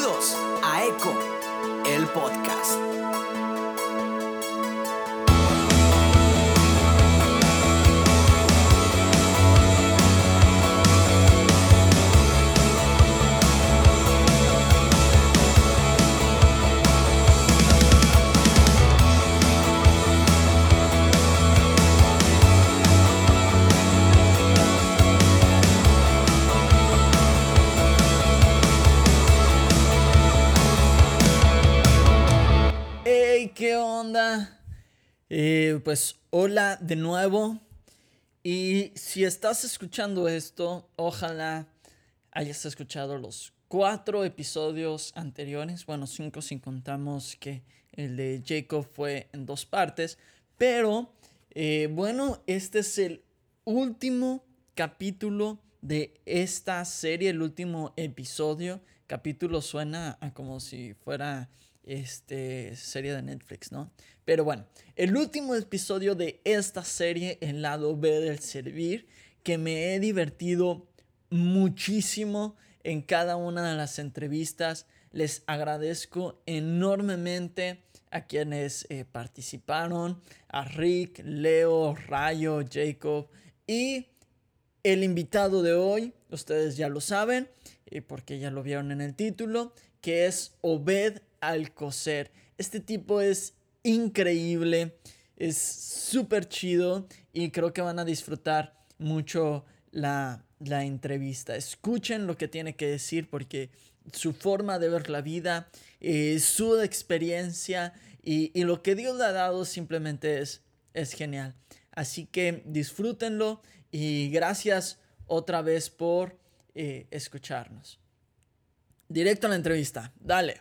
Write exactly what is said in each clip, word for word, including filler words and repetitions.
Bienvenidos a Eco, el podcast. Hey, ¿qué onda? Eh, pues hola de nuevo. Y si estás escuchando esto, ojalá hayas escuchado los cuatro episodios anteriores. Bueno, cinco si contamos que el de Jacob fue en dos partes. Pero, eh, bueno, este es el último capítulo de esta serie, el último episodio. Capítulo suena a como si fuera este, serie de Netflix, ¿no? Pero bueno, el último episodio de esta serie, el lado B del servir, que me he divertido muchísimo en cada una de las entrevistas. Les agradezco enormemente a quienes eh, participaron, a Rick, Leo, Rayo, Jacob y el invitado de hoy. Ustedes ya lo saben, eh, porque ya lo vieron en el título, que es Obed Alcocer. Este tipo es increíble, es súper chido y creo que van a disfrutar mucho la, la entrevista. Escuchen lo que tiene que decir porque su forma de ver la vida, eh, su experiencia y, y lo que Dios le ha dado simplemente es, es genial. Así que disfrútenlo y gracias otra vez por eh, escucharnos. Directo a la entrevista, dale.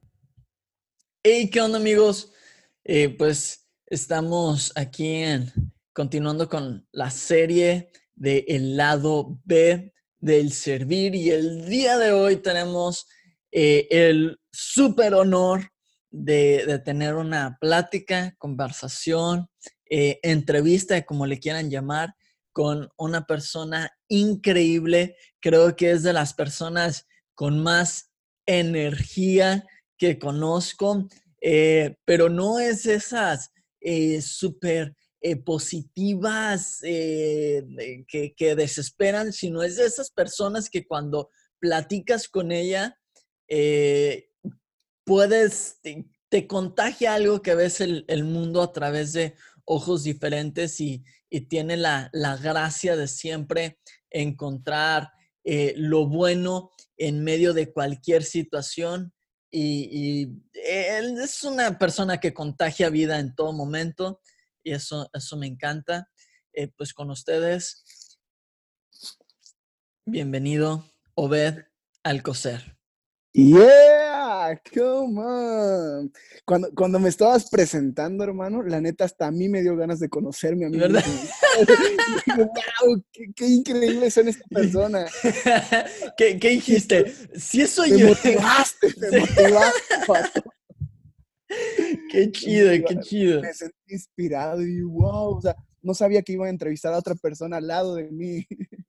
Hey, ¿qué onda, amigos? Eh, pues estamos aquí en, continuando con la serie de El lado B del servir y el día de hoy tenemos eh, el súper honor de, de tener una plática, conversación, eh, entrevista, como le quieran llamar, con una persona increíble. Creo que es de las personas con más energía que conozco, eh, pero no es esas eh, súper eh, positivas eh, que, que desesperan, sino es de esas personas que cuando platicas con ella, eh, puedes, te, te contagia algo que ves el, el mundo a través de ojos diferentes y, y tiene la, la gracia de siempre encontrar eh, lo bueno en medio de cualquier situación. Y, y él es una persona que contagia vida en todo momento y eso, eso me encanta. Eh, pues con ustedes, bienvenido, Obed Alcocer. Yeah, come on. Cuando, cuando me estabas presentando, hermano, la neta hasta a mí me dio ganas de conocerme a mí ¿Verdad? mismo. Digo, wow, qué, qué increíble son esta persona. ¿Qué, ¿Qué dijiste? Si eso Me yo. motivaste, me Sí. motivaste, pato. Qué chido, qué chido. Me sentí inspirado y wow, o sea, no sabía que iba a entrevistar a otra persona al lado de mí.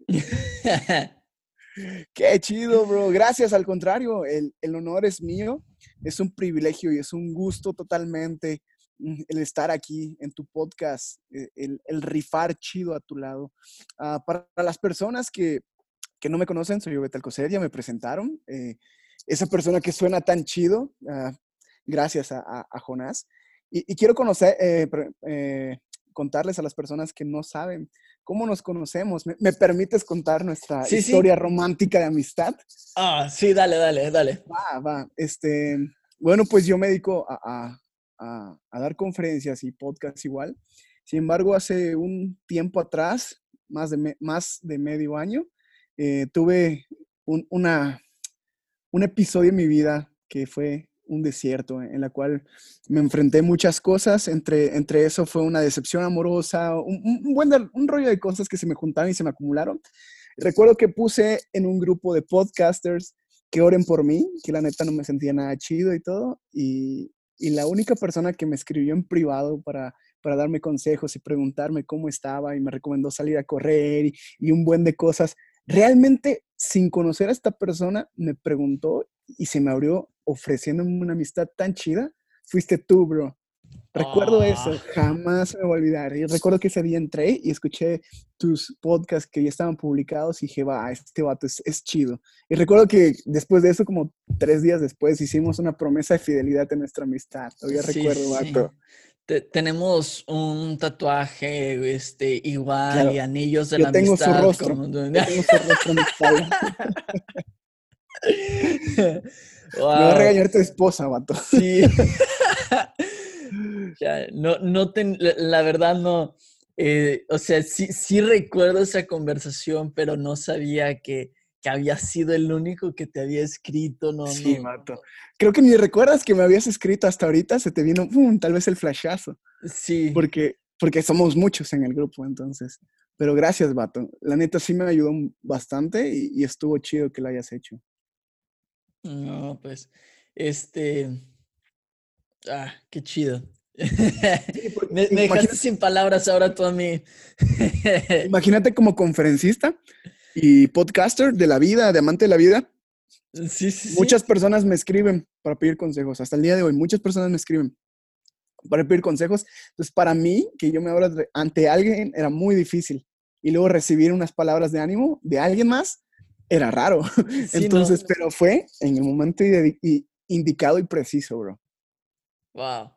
Qué chido, bro. Gracias, al contrario, el, el honor es mío. Es un privilegio y es un gusto totalmente mm, el estar aquí en tu podcast, eh, el, el rifar chido a tu lado. Uh, para las personas que, que no me conocen, soy Obed Alcocer, ya me presentaron. Eh, esa persona que suena tan chido, uh, gracias a, a, a Jonás. Y, y quiero conocer, eh, eh, contarles a las personas que no saben cómo nos conocemos. ¿Me, me permites contar nuestra Sí, historia sí. romántica de amistad? Ah, sí, dale, dale, dale. Va, va. Este, bueno, pues yo me dedico a, a, a, a dar conferencias y podcasts igual. Sin embargo, hace un tiempo atrás, más de, me, más de medio año, eh, tuve un, una, un episodio en mi vida que fue un desierto, en la cual me enfrenté muchas cosas. Entre, entre eso fue una decepción amorosa, un, un, buen de, un rollo de cosas que se me juntaron y se me acumularon. Recuerdo que puse en un grupo de podcasters que oren por mí, que la neta no me sentía nada chido y todo. Y, y la única persona que me escribió en privado para, para darme consejos y preguntarme cómo estaba y me recomendó salir a correr y, y un buen de cosas, realmente sin conocer a esta persona me preguntó y se me abrió ofreciéndome una amistad tan chida, fuiste tú, bro. Recuerdo Ah, eso, jamás me voy a olvidar. Y recuerdo que ese día entré y escuché tus podcasts que ya estaban publicados y dije, va, este vato es, es chido. Y recuerdo que después de eso, como tres días después, hicimos una promesa de fidelidad en nuestra amistad. Todavía sí, recuerdo, sí. vato. Te- tenemos un tatuaje, este, igual y Claro, anillos de la yo tengo su amistad rostro. como... Yo tengo su rostro en mi espalda. Me va a Wow, regañar tu esposa, vato. sí. Ya, no, no ten- la, la verdad no, eh, o sea, sí, sí recuerdo esa conversación, pero no sabía que, que había sido el único que te había escrito, no, Sí, no, vato. Creo que ni recuerdas que me habías escrito hasta ahorita, se te vino, pum, tal vez el flashazo. sí, porque, porque somos muchos en el grupo, entonces. Pero gracias, vato. La neta sí me ayudó bastante y, y estuvo chido que lo hayas hecho. no, pues, este, ah, qué chido. Sí, porque Me, me dejaste imagínate, sin palabras ahora tú a mí. imagínate como conferencista y podcaster de la vida, de amante de la vida. Sí, sí, Muchas sí. personas me escriben para pedir consejos. Hasta el día de hoy, muchas personas me escriben para pedir consejos. Entonces, para mí, que yo me abra ante alguien era muy difícil. Y luego recibir unas palabras de ánimo de alguien más era raro. Sí, no. Entonces, pero fue en el momento ide- y- indicado y preciso, bro. Wow.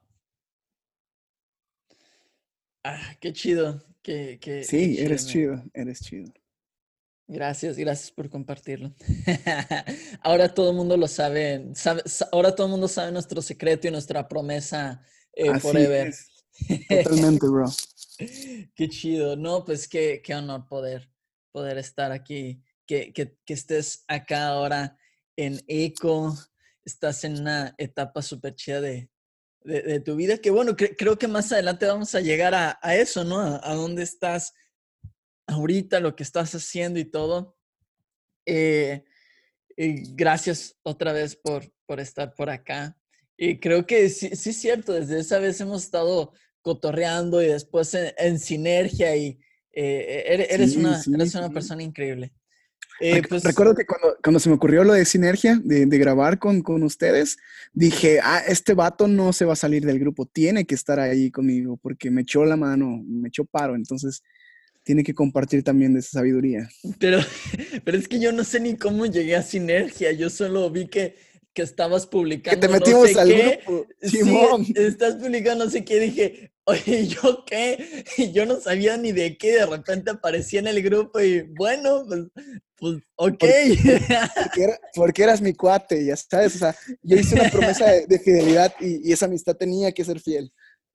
Ah, qué chido. Qué, qué, qué Sí, chido, eres me. chido, eres chido. Gracias, gracias por compartirlo. Ahora todo el mundo lo sabe, sabe- sa- ahora todo el mundo sabe nuestro secreto y nuestra promesa eh, Así forever. es, totalmente, bro. Qué chido, no, pues qué, qué honor poder, poder estar aquí, que, que, que estés acá ahora en Eco, estás en una etapa súper chida de, de, de tu vida, que bueno, cre- creo que más adelante vamos a llegar a, a eso, ¿no? A, a dónde estás ahorita, lo que estás haciendo y todo. Eh, y gracias otra vez por, por estar por acá. Y creo que sí, sí es cierto, desde esa vez hemos estado cotorreando y después en, en sinergia y eh, eres, eres Sí, una, sí, eres una sí. persona increíble. Eh, Rec- pues Recuerdo que cuando, cuando se me ocurrió lo de Sinergia, de, de grabar con, con ustedes, dije, ah, este vato no se va a salir del grupo, tiene que estar ahí conmigo, porque me echó la mano, me echó paro, entonces tiene que compartir también de esa sabiduría. Pero, pero es que yo no sé ni cómo llegué a Sinergia. Yo solo vi que, que estabas Que te publicando no metimos sé al qué. grupo, Sí, Simón. estás publicando no sé qué. Dije, oye, ¿y ¿yo qué? Y yo no sabía ni de qué. De repente aparecía en el grupo y bueno, pues, pues ok. Por- por- porque, era- porque eras mi cuate, ya sabes, o sea, yo hice una promesa de, de fidelidad y, y esa amistad tenía que ser fiel.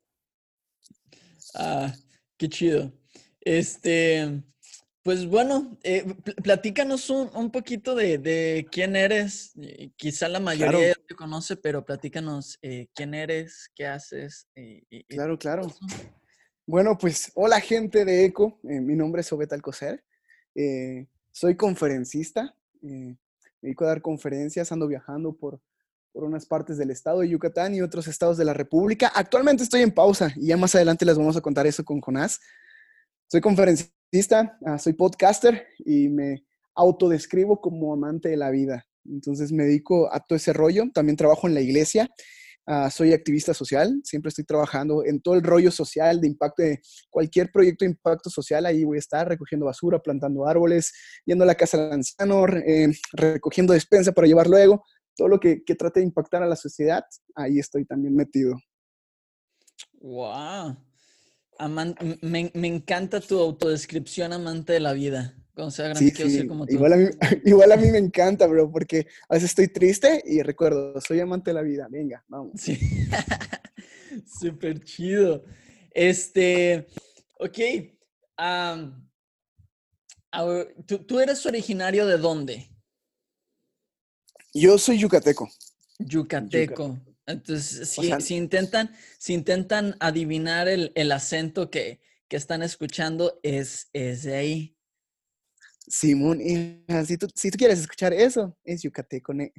Ah, qué chido. Este, pues bueno, eh, pl- platícanos un, un poquito de, de quién eres. Eh, Quizá la mayoría Claro, ya te conoce, pero platícanos eh, quién eres, qué haces y, y- y claro, todo claro. eso. Bueno, pues hola gente de ECO, eh, mi nombre es Obed Alcocer, eh, soy conferencista, eh, me dedico a dar conferencias, ando viajando por, por unas partes del estado de Yucatán y otros estados de la República. Actualmente estoy en pausa y ya más adelante les vamos a contar eso con Jonás. Soy conferencista, uh, soy podcaster y me autodescribo como amante de la vida. Entonces me dedico a todo ese rollo. También trabajo en la iglesia. Uh, soy activista social. Siempre estoy trabajando en todo el rollo social de impacto, de cualquier proyecto de impacto social. Ahí voy a estar recogiendo basura, plantando árboles, yendo a la casa del anciano, eh, recogiendo despensa para llevar luego. Todo lo que, que trate de impactar a la sociedad, ahí estoy también metido. Wow. Aman- m- me, me encanta tu autodescripción, amante de la vida. Cuando sea Sí, grande quiero ser sí, como tú. igual a mí, igual a mí me encanta, bro, porque a veces estoy triste y recuerdo, soy amante de la vida, venga, vamos. Sí. Súper chido. Este, ok. am, a ver, ¿tú, tú eres originario de dónde? Yo soy yucateco, Yucateco. yucateco. Entonces, O si, sea, si intentan, si intentan adivinar el, el acento que, que están escuchando, es, es de ahí. Simón, hija, si tú, si tú quieres escuchar eso, es yucateco, ne.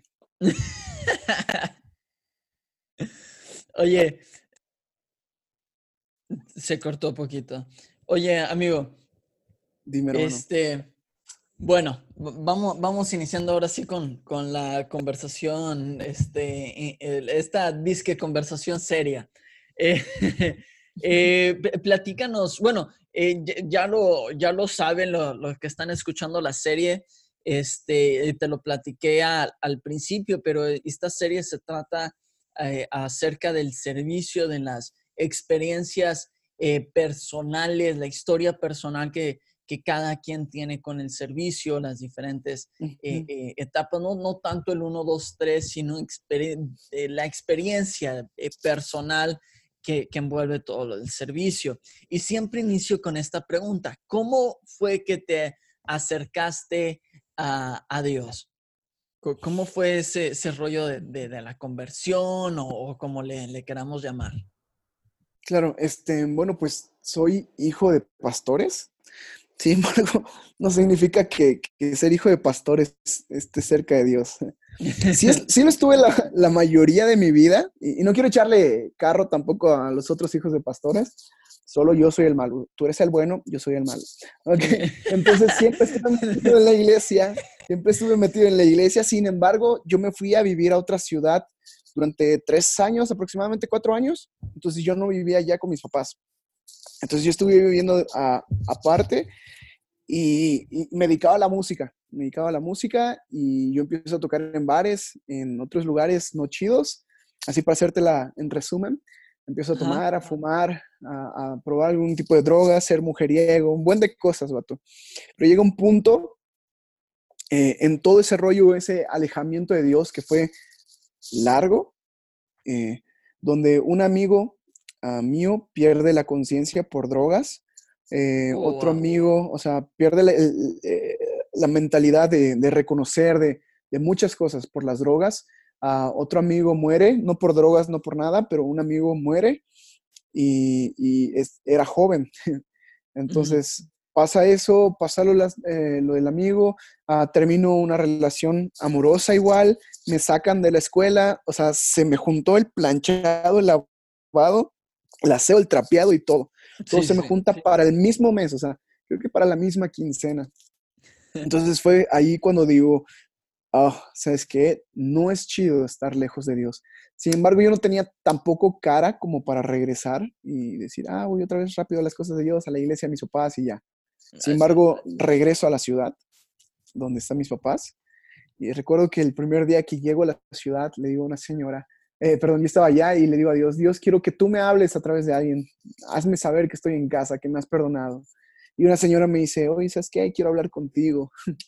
Oye, se cortó poquito. Oye, amigo, Dime, hermano. este, bueno, vamos, vamos iniciando ahora sí con, con la conversación, este, el- esta disque conversación seria. Eh, eh, pl- platícanos, bueno, eh, ya, ya lo, ya lo saben lo- los que están escuchando la serie, este, te lo platiqué a- al principio, pero esta serie se trata eh, acerca del servicio, de las experiencias eh, personales, la historia personal que que cada quien tiene con el servicio, las diferentes eh, Ujú. eh, etapas, no, no tanto el uno, dos, tres, sino exper eh, la experiencia eh, personal que, que, envuelve todo el servicio. Y siempre inicio con esta pregunta, ¿cómo fue que te acercaste a, a Dios? ¿Cómo fue ese, ese rollo de, de, de, la conversión o, o como le, le queramos llamar? Claro, este, bueno, pues soy hijo de pastores. Sin embargo, no significa que, que ser hijo de pastores esté cerca de Dios. Sí, es, sí lo estuve la, la mayoría de mi vida, y, y no quiero echarle carro tampoco a los otros hijos de pastores, solo yo soy el malo. Tú eres el bueno, yo soy el malo. Okay. Entonces siempre estuve metido en la iglesia, siempre estuve metido en la iglesia. Sin embargo, yo me fui a vivir a otra ciudad durante tres años, aproximadamente cuatro años. Entonces yo no vivía allá con mis papás. Entonces yo estuve viviendo a, aparte y, y me dedicaba a la música. Me dedicaba a la música y yo empiezo a tocar en bares, en otros lugares no chidos. Así para hacértela en resumen, empiezo a Ajá. tomar, a fumar, a, a probar algún tipo de droga, ser mujeriego, un buen de cosas, vato. Pero llega un punto eh, en todo ese rollo, ese alejamiento de Dios que fue largo, eh, donde un amigo uh, mío pierde la conciencia por drogas, eh, Oh, otro wow. amigo, o sea, pierde la, el, eh, la mentalidad de, de reconocer de, de, muchas cosas por las drogas, uh, otro amigo muere, no por drogas, no por nada, pero un amigo muere y, y es, era joven, entonces... Uh-huh. Pasa eso, pasa lo, eh, lo del amigo, uh, termino una relación amorosa igual, me sacan de la escuela, o sea, se me juntó el planchado, el lavado, el aseo, el trapeado y todo. Todo Sí, se me sí. junta para el mismo mes, o sea, creo que para la misma quincena. Entonces fue ahí cuando digo, oh, ¿sabes qué? No es chido estar lejos de Dios. Sin embargo, yo no tenía tampoco cara como para regresar y decir, ah, voy otra vez rápido a las cosas de Dios, a la iglesia, a mis papás y ya. Sin embargo, regreso a la ciudad donde están mis papás y recuerdo que el primer día que llego a la ciudad le digo a una señora, eh, perdón, yo estaba allá y le digo a Dios, Dios, quiero que tú me hables a través de alguien, hazme saber que estoy en casa, que me has perdonado. Y una señora me dice, oye, ¿sabes qué? Quiero hablar contigo.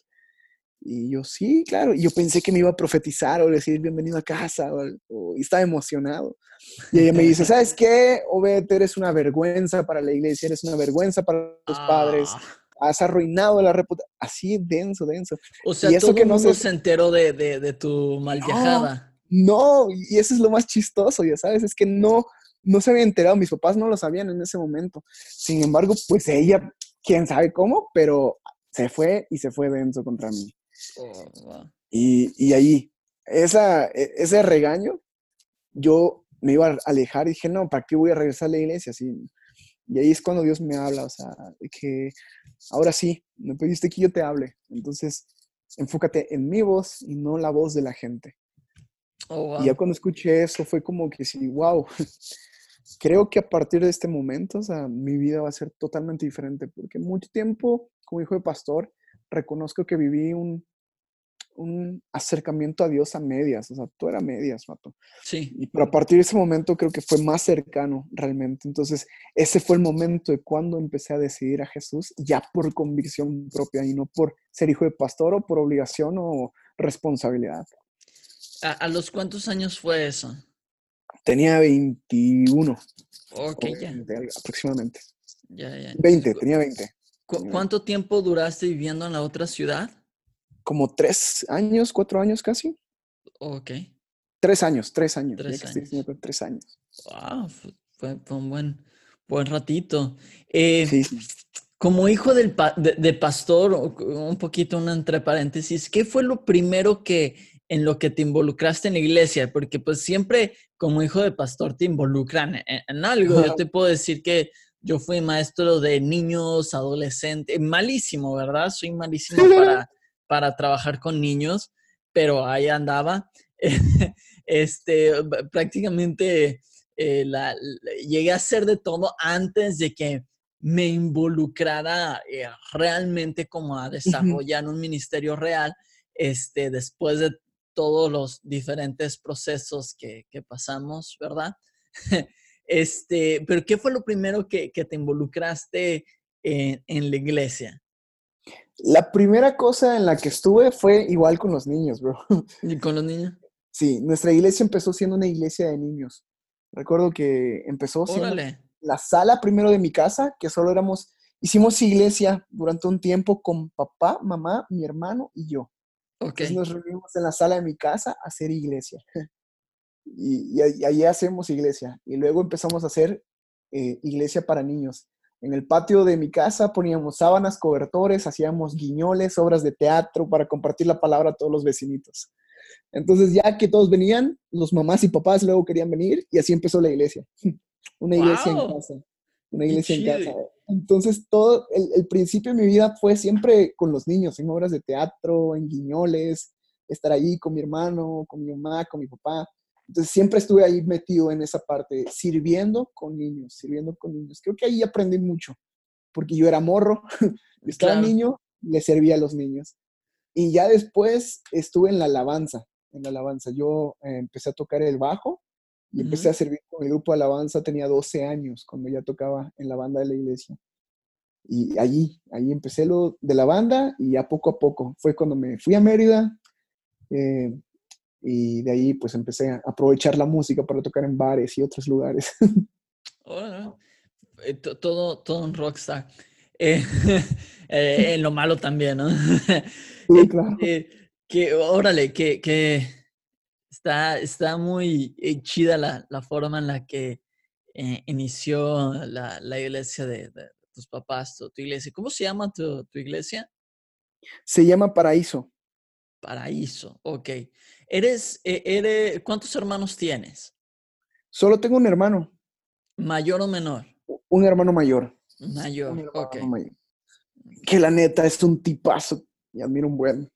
Y yo, sí, claro. Y yo pensé que me iba a profetizar o decir bienvenido a casa o, o, y estaba emocionado. Y ella me dice, ¿sabes qué? Obed, eres una vergüenza para la iglesia, eres una vergüenza para tus padres, Ah. has arruinado la reputación. Así, denso, denso. O Y sea, eso todo que el no mundo sé, se enteró de, de, de tu mal no, viajada. no, y eso es lo más chistoso, ya sabes, es que no, no se había enterado, mis papás no lo sabían en ese momento. Sin embargo, pues ella, quién sabe cómo, pero se fue y se fue denso contra mí. Oh, wow. Y, y ahí, esa, ese regaño, yo me iba a alejar y dije, no, ¿para qué voy a regresar a la iglesia? Así, y ahí es cuando Dios me habla, o sea, de que ahora sí, me pediste que yo te hable. Entonces, enfócate en mi voz y no la voz de la gente. Oh, Y ya wow. cuando escuché eso fue como que sí, wow, creo que a partir de este momento, o sea, mi vida va a ser totalmente diferente, porque mucho tiempo como hijo de pastor, reconozco que viví un, un acercamiento a Dios a medias, o sea, todo era medias, mato. Sí. Y, pero a partir de ese momento creo que fue más cercano realmente. Entonces, ese fue el momento de cuando empecé a decidir a Jesús, ya por convicción propia y no por ser hijo de pastor o por obligación o responsabilidad. ¿A, a los cuántos años fue eso? Tenía veintiuno, Ok, o ya. veinte, aproximadamente. Ya, ya. Entonces, veinte, ¿cu tenía veinte. cu Tenía veinte. ¿cuánto tiempo duraste viviendo en la otra ciudad? Como tres años, cuatro años casi. Ok, Tres años, tres años, ya tres que estoy diciendo años. que tres años. Wow, fue, fue, fue un buen, buen ratito. Eh, Sí, sí. como hijo del pa de, de pastor, un poquito una entre paréntesis, ¿qué fue lo primero que en lo que te involucraste en la iglesia? Porque pues siempre como hijo de pastor te involucran en, en algo. Yo te puedo decir que yo fui maestro de niños, adolescentes, malísimo, ¿verdad? Soy malísimo para, para trabajar con niños, pero ahí andaba. Este, prácticamente eh, la, la- llegué a hacer de todo antes de que me involucrara eh, realmente como a Ujú. desarrollar un ministerio real, este, después de todos los diferentes procesos que, que pasamos, ¿verdad? Este, pero ¿qué fue lo primero que, que te involucraste en, en la iglesia? La primera cosa en la que estuve fue igual con los niños, bro. ¿Y con los niños? Sí, nuestra iglesia empezó siendo una iglesia de niños. Recuerdo que empezó siendo Órale, la sala primero de mi casa, que solo éramos, hicimos iglesia durante un tiempo con papá, mamá, mi hermano y yo. ok. Entonces nos reunimos en la sala de mi casa a hacer iglesia. Y, y, ahí y ahí hacemos iglesia. Y luego empezamos a hacer eh, iglesia para niños. En el patio de mi casa poníamos sábanas, cobertores, hacíamos guiñoles, obras de teatro para compartir la palabra a todos los vecinitos. Entonces, ya que todos venían, los mamás y papás luego querían venir y así empezó la iglesia. Una iglesia en ¡Wow! casa, una ¡Qué iglesia en casa. chido! Entonces, todo el, el principio de mi vida fue siempre con los niños, en obras de teatro, en guiñoles, estar ahí con mi hermano, con mi mamá, con mi papá. Entonces, siempre estuve ahí metido en esa parte, sirviendo con niños, sirviendo con niños. Creo que ahí aprendí mucho, porque yo era morro, yo estaba Claro. niño, le servía a los niños. Y ya después estuve en la alabanza, en la alabanza. Yo eh, empecé a tocar el bajo y empecé Ujú. a servir con el grupo de alabanza. Tenía doce años cuando ya tocaba en la banda de la iglesia. Y allí, allí empecé lo de la banda y ya poco a poco. Fue cuando me fui a Mérida eh, y de ahí pues empecé a aprovechar la música para tocar en bares y otros lugares. Órale. Eh, to- todo, todo un rockstar. Eh, eh, en lo malo también, ¿no? Sí, claro. Este, que, órale, que, que está, está muy eh, chida la, la forma en la que eh, inició la, la iglesia de, de tus papás, tu, tu iglesia. ¿Cómo se llama tu, tu iglesia? Se llama Paraíso. Paraíso, ok. ¿Eres, eh, eres, ¿cuántos hermanos tienes? Solo tengo un hermano, ¿Mayor o menor? un hermano mayor. Un Mayor, ok. hermano mayor. Que la neta es un tipazo y admiro un buen.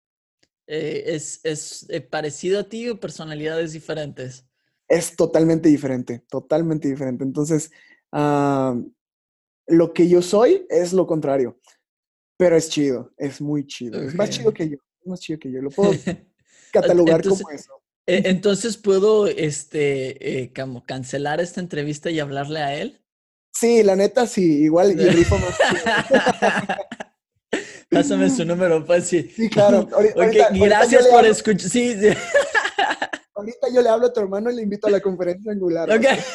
Eh, ¿es, es eh, parecido a ti o personalidades diferentes? Es totalmente diferente, totalmente diferente. Entonces, ah, lo que yo soy es lo contrario, pero es chido, es muy chido. Es Ok. más chido que yo, es más chido que yo. Lo puedo catalogar como Entonces, eso. eh, entonces puedo este, eh, como cancelar esta entrevista y hablarle a él. Sí, la neta sí, igual y rifa más chido. Pásame su número, pues sí. Sí, claro. Ahori- Ok, Ahorita, ahorita yo gracias le por hablo, escuchar. Sí, sí. ahorita yo le hablo a tu hermano y le invito a la conferencia angular, Ok. vato.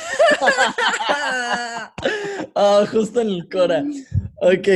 Ah, justo en el Cora. Ok.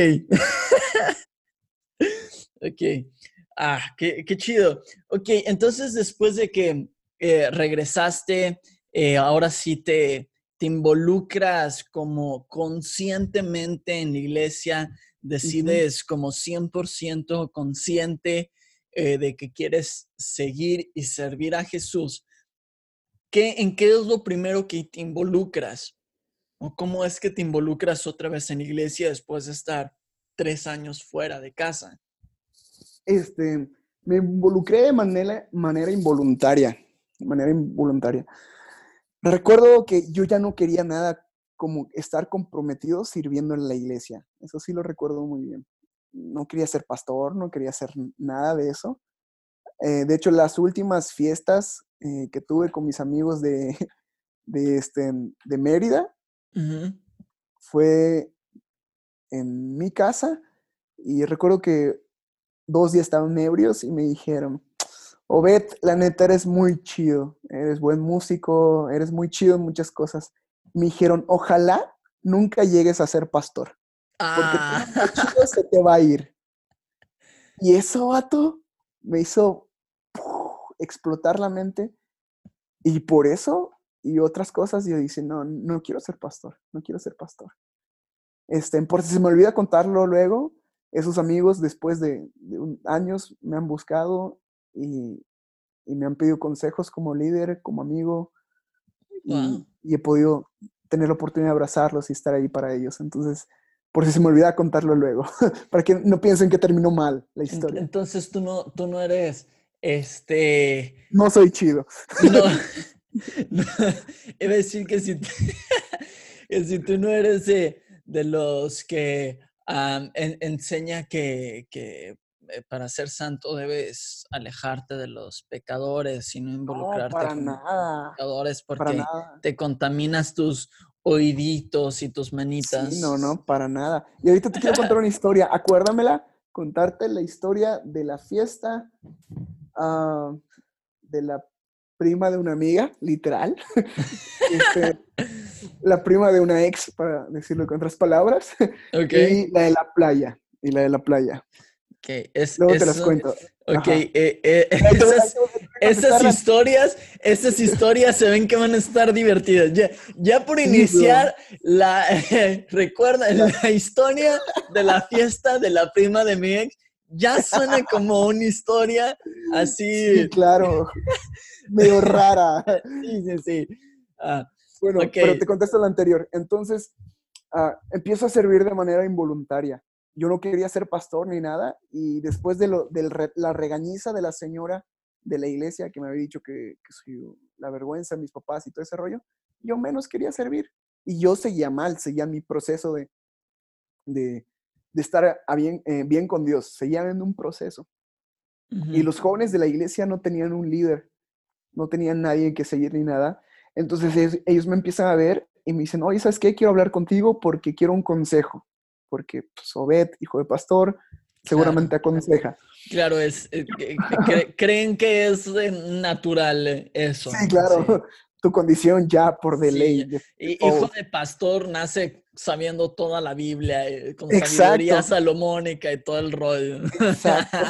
Ok. Ah, qué, qué chido. Ok, entonces después de que eh, regresaste, eh, ahora sí te, te involucras como conscientemente en la iglesia, Ujú. decides como cien por ciento consciente eh, de que quieres seguir y servir a Jesús. ¿Qué, ¿En qué es lo primero que te involucras? ¿O cómo es que te involucras otra vez en la iglesia después de estar tres años fuera de casa? Este, me involucré de manera, manera involuntaria, de manera involuntaria. Recuerdo que yo ya no quería nada como estar comprometido sirviendo en la iglesia. Eso sí lo recuerdo muy bien. No quería ser pastor, no quería hacer nada de eso. Eh, de hecho, las últimas fiestas eh, que tuve con mis amigos de, de, este, de Mérida Ujú. fue en mi casa y recuerdo que dos días estaban ebrios y me dijeron, Obed, la neta eres muy chido, eres buen músico, eres muy chido en muchas cosas. Me dijeron, ojalá nunca llegues a ser pastor, porque todo lo chido Ah, se te va a ir. Y eso, vato, me hizo ¡puf! Explotar la mente. Y por eso y otras cosas, yo dije, no, no quiero ser pastor, no quiero ser pastor. Este, por si se me olvida contarlo luego, esos amigos después de, de un- años me han buscado y, y me han pedido consejos como líder, como amigo, y, wow. y he podido tener la oportunidad de abrazarlos y estar ahí para ellos. Entonces, por si se me olvida contarlo luego, para que no piensen que terminó mal la historia. Entonces tú no, tú no eres, este, No soy chido. no, no, iba a decir que si, que si tú no eres de, de los que um, en, enseña que, que eh, para ser santo debes alejarte de los pecadores y no No, involucrarte para con nada, pecadores para porque nada. te contaminas tus oíditos y tus Sí, no, manitas. no, para nada. Y ahorita te quiero contar una historia. Acuérdamela, contarte la historia de la fiesta uh, de la prima de una amiga, literal. Este, la prima de una ex, para decirlo con otras palabras. Ok, Y la de la playa. Y la de la playa. ok, es, Luego te las eso, cuento. ok, Ajá. eh, eh, Pero hay que, hay esas, que volver a esas contestarla. historias, esas historias se ven que van a estar divertidas. Ya, ya por Sí, bro. iniciar, la, recuerda, La- la historia de la fiesta de la prima de mi ex, ya suena como una historia así. Sí, claro. Medio rara. Sí, sí, sí. Ah, Bueno, ok, pero te contesto la anterior. Entonces, uh, empiezo a servir de manera involuntaria. Yo no quería ser pastor ni nada, y después de lo, de re, la regañiza de la señora de la iglesia que me había dicho que, que soy la vergüenza de mis papás y todo ese rollo, yo menos quería servir. Y yo seguía mal, seguía mi proceso de, de, de estar a bien, eh, bien con Dios, seguía en un proceso. Y uh-huh. los jóvenes de la iglesia no tenían un líder, no tenían nadie que seguir ni nada. Entonces ellos, ellos me empiezan a ver y me dicen, oye, ¿sabes qué? Quiero hablar contigo porque quiero un consejo. Porque pues, Obed, hijo de pastor, Claro. seguramente aconseja. Claro, es, eh, cre- creen que es eh, natural eh, eso, Sí, ¿no? Sí, claro, tu condición ya por de sí. ley, de Y hijo default. de pastor nace sabiendo toda la Biblia, eh, con sabiduría Exacto, salomónica y todo el rollo. exacto,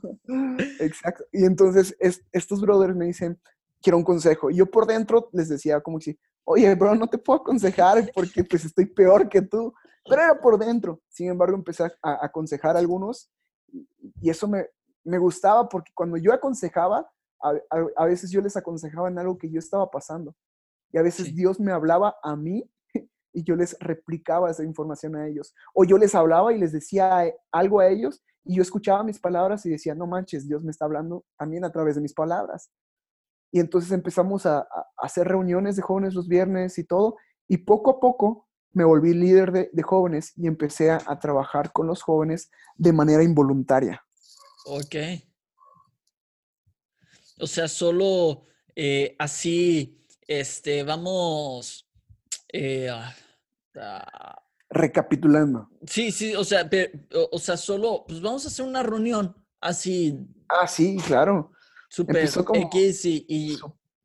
exacto. Y entonces es, estos brothers me dicen, quiero un consejo. Y yo por dentro les decía como si, oye, bro, no te puedo aconsejar porque pues estoy peor que tú. Pero era por dentro. Sin embargo, empecé a, a aconsejar a algunos y, y eso me, me gustaba porque cuando yo aconsejaba, a, a, a veces yo les aconsejaba en algo que yo estaba pasando. Y a veces Sí. Dios me hablaba a mí y yo les replicaba esa información a ellos. O yo les hablaba y les decía algo a ellos y yo escuchaba mis palabras y decía, no manches, Dios me está hablando también a través de mis palabras. Y entonces empezamos a, a hacer reuniones de jóvenes los viernes y todo. Y poco a poco me volví líder de, de jóvenes y empecé a, a trabajar con los jóvenes de manera involuntaria. Ok. O sea, solo eh, así, este, vamos, eh, ah, ah, Recapitulando. sí, sí, o sea, pe- o, o sea, solo, pues vamos a hacer una reunión así, Ah, sí, claro. Empezó súper como... X y, y,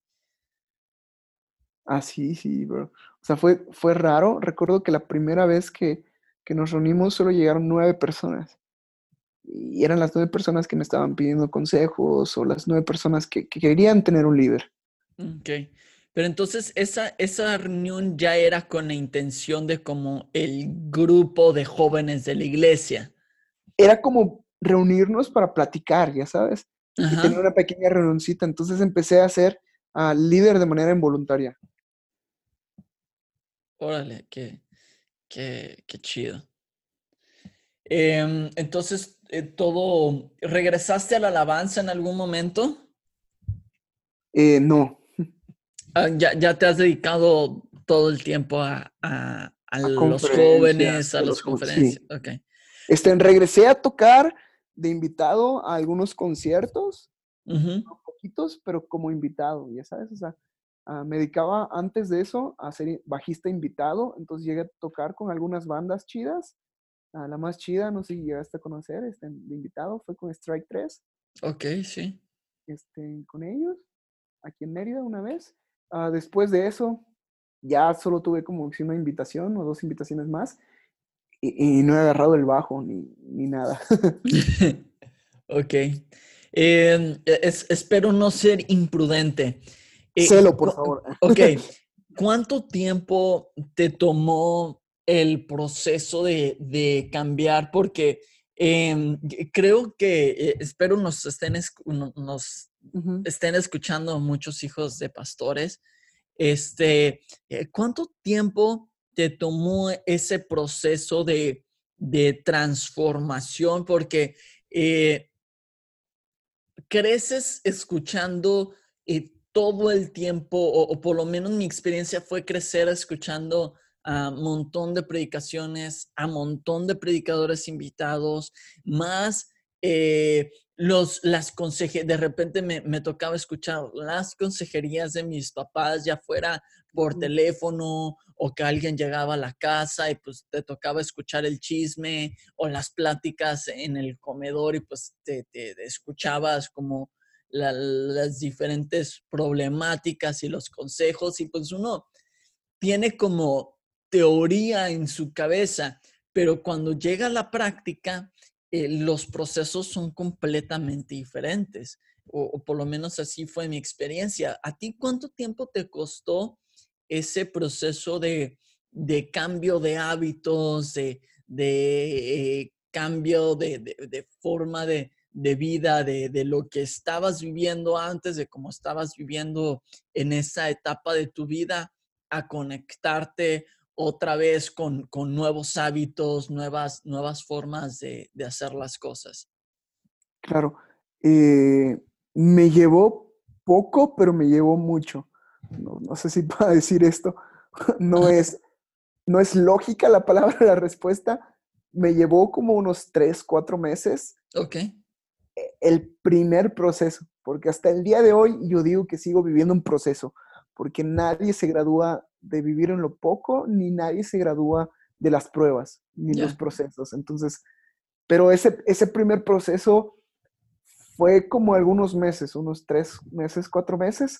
Ah, sí, sí, bro. O sea, fue, fue raro. Recuerdo que la primera vez que, que nos reunimos solo llegaron nueve personas. Y eran las nueve personas que me estaban pidiendo consejos o las nueve personas que, que querían tener un líder. ok. Pero entonces esa, esa reunión ya era con la intención de como el grupo de jóvenes de la iglesia. Era como reunirnos para platicar, ya sabes, y tener Ajá. una pequeña reunioncita. Entonces empecé a ser uh, líder de manera involuntaria. Órale, qué, qué, qué chido. Em, entonces, eh, todo, ¿regresaste a la alabanza en algún momento? Eh, no, Ah, ya, ya te has dedicado todo el tiempo a, a, a a los conferencias jóvenes, y a a las los jóvenes, conferencias. sí. Ok. Este, regresé a tocar de invitado a algunos conciertos, Ujú. poquitos, pero como invitado, ya sabes, o sea, uh, me dedicaba antes de eso a ser bajista invitado, entonces llegué a tocar con algunas bandas chidas. Uh, la más chida, no sé si llegaste a conocer, este, de invitado, fue con Strike tres, Ok, sí. este, con ellos, aquí en Mérida una vez. Uh, después de eso, ya solo tuve como si una invitación o dos invitaciones más, y, y no he agarrado el bajo ni, ni nada. Ok. Em, es- espero no ser imprudente. Eh, Celo, por cu- favor. ok. ¿Cuánto tiempo te tomó el proceso de, de cambiar? Porque em, creo que, eh, espero nos estén, esc- no- nos Uh-huh. estén escuchando muchos hijos de pastores. Este, eh, ¿cuánto tiempo te tomó ese proceso de de transformación, porque eh, creces escuchando eh, todo el tiempo, o, o, por lo menos mi experiencia fue crecer escuchando a un montón de predicaciones, a un montón de predicadores invitados, más eh, los, las consejerías. De repente me, me tocaba escuchar las consejerías de mis papás, ya fuera por teléfono o que alguien llegaba a la casa y pues te tocaba escuchar el chisme o las pláticas en el comedor y pues te, te escuchabas como la, las diferentes problemáticas y los consejos y pues uno tiene como teoría en su cabeza, pero cuando llega a la práctica, eh, los procesos son completamente diferentes, o, o por lo menos así fue mi experiencia. ¿A ti cuánto tiempo te costó ese proceso de, de cambio de hábitos, de, de eh, cambio de, de, de forma de, de vida, de, de lo que estabas viviendo antes, de cómo estabas viviendo en esa etapa de tu vida, a conectarte otra vez con, con nuevos hábitos, nuevas, nuevas formas de, de hacer las cosas? Claro, eh, me llevó poco, pero me llevó mucho. No, no sé si para decir esto, no es, no es lógica la palabra, la respuesta. Me llevó como unos tres, cuatro meses Ok. el primer proceso, porque hasta el día de hoy yo digo que sigo viviendo un proceso, porque nadie se gradúa de vivir en lo poco, ni nadie se gradúa de las pruebas, ni los Ya. procesos. Entonces, pero ese, ese primer proceso fue como algunos meses, unos tres meses, cuatro meses,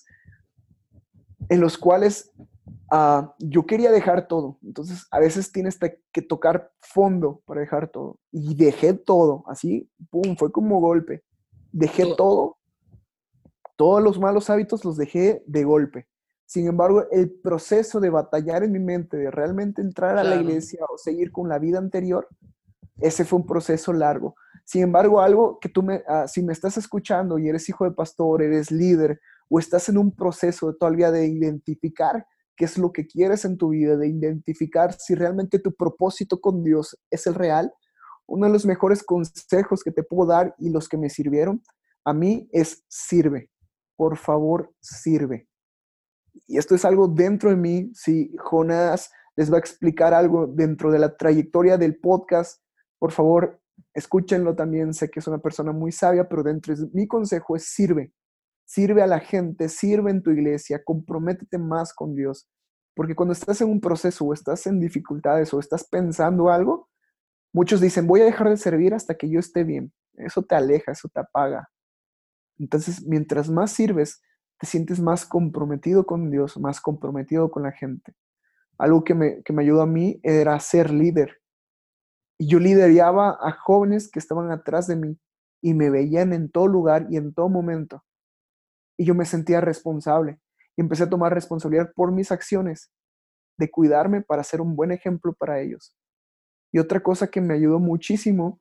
en los cuales uh, yo quería dejar todo. Entonces, a veces tienes que tocar fondo para dejar todo. Y dejé todo, así, pum, fue como golpe. Dejé To- todo, todos los malos hábitos los dejé de golpe. Sin embargo, el proceso de batallar en mi mente, de realmente entrar a la claro. iglesia o seguir con la vida anterior, ese fue un proceso largo. Sin embargo, algo que tú me, uh, si me estás escuchando y eres hijo de pastor, eres líder o estás en un proceso de todavía de identificar qué es lo que quieres en tu vida, de identificar si realmente tu propósito con Dios es el real, uno de los mejores consejos que te puedo dar y los que me sirvieron a mí es sirve. Por favor, sirve. Y esto es algo dentro de mí. Si Jonás les va a explicar algo dentro de la trayectoria del podcast, por favor, escúchenlo también. Sé que es una persona muy sabia, pero dentro de mi consejo es sirve. Sirve a la gente, sirve en tu iglesia, comprométete más con Dios. Porque cuando estás en un proceso o estás en dificultades o estás pensando algo, muchos dicen, voy a dejar de servir hasta que yo esté bien. Eso te aleja, eso te apaga. Entonces, mientras más sirves, te sientes más comprometido con Dios, más comprometido con la gente. Algo que me, que me ayudó a mí era ser líder. Y yo lideraba a jóvenes que estaban atrás de mí y me veían en todo lugar y en todo momento. Y yo me sentía responsable. Y empecé a tomar responsabilidad por mis acciones, de cuidarme para ser un buen ejemplo para ellos. Y otra cosa que me ayudó muchísimo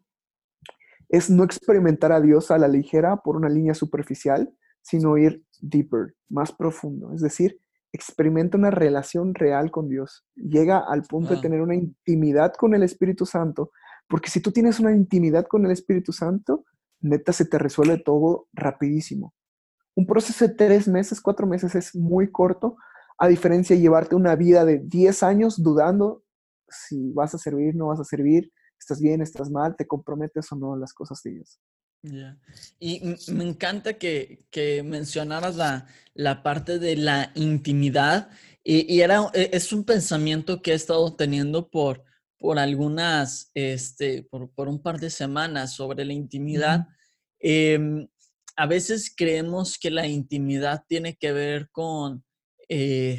es no experimentar a Dios a la ligera por una línea superficial, sino ir deeper, más profundo. Es decir, experimenta una relación real con Dios. Llega al punto de Wow. tener una intimidad con el Espíritu Santo, porque si tú tienes una intimidad con el Espíritu Santo, neta se te resuelve todo rapidísimo. Un proceso de tres meses, cuatro meses es muy corto, a diferencia de llevarte una vida de diez años dudando si vas a servir, no vas a servir, estás bien, estás mal, te comprometes o no en las cosas de Dios. Yeah. Y m- me encanta que, que mencionaras la, la parte de la intimidad y, y era, e- es un pensamiento que he estado teniendo por, por algunas, este, por, por un par de semanas sobre la Ujú. intimidad. Em, a veces creemos que la intimidad tiene que ver con eh,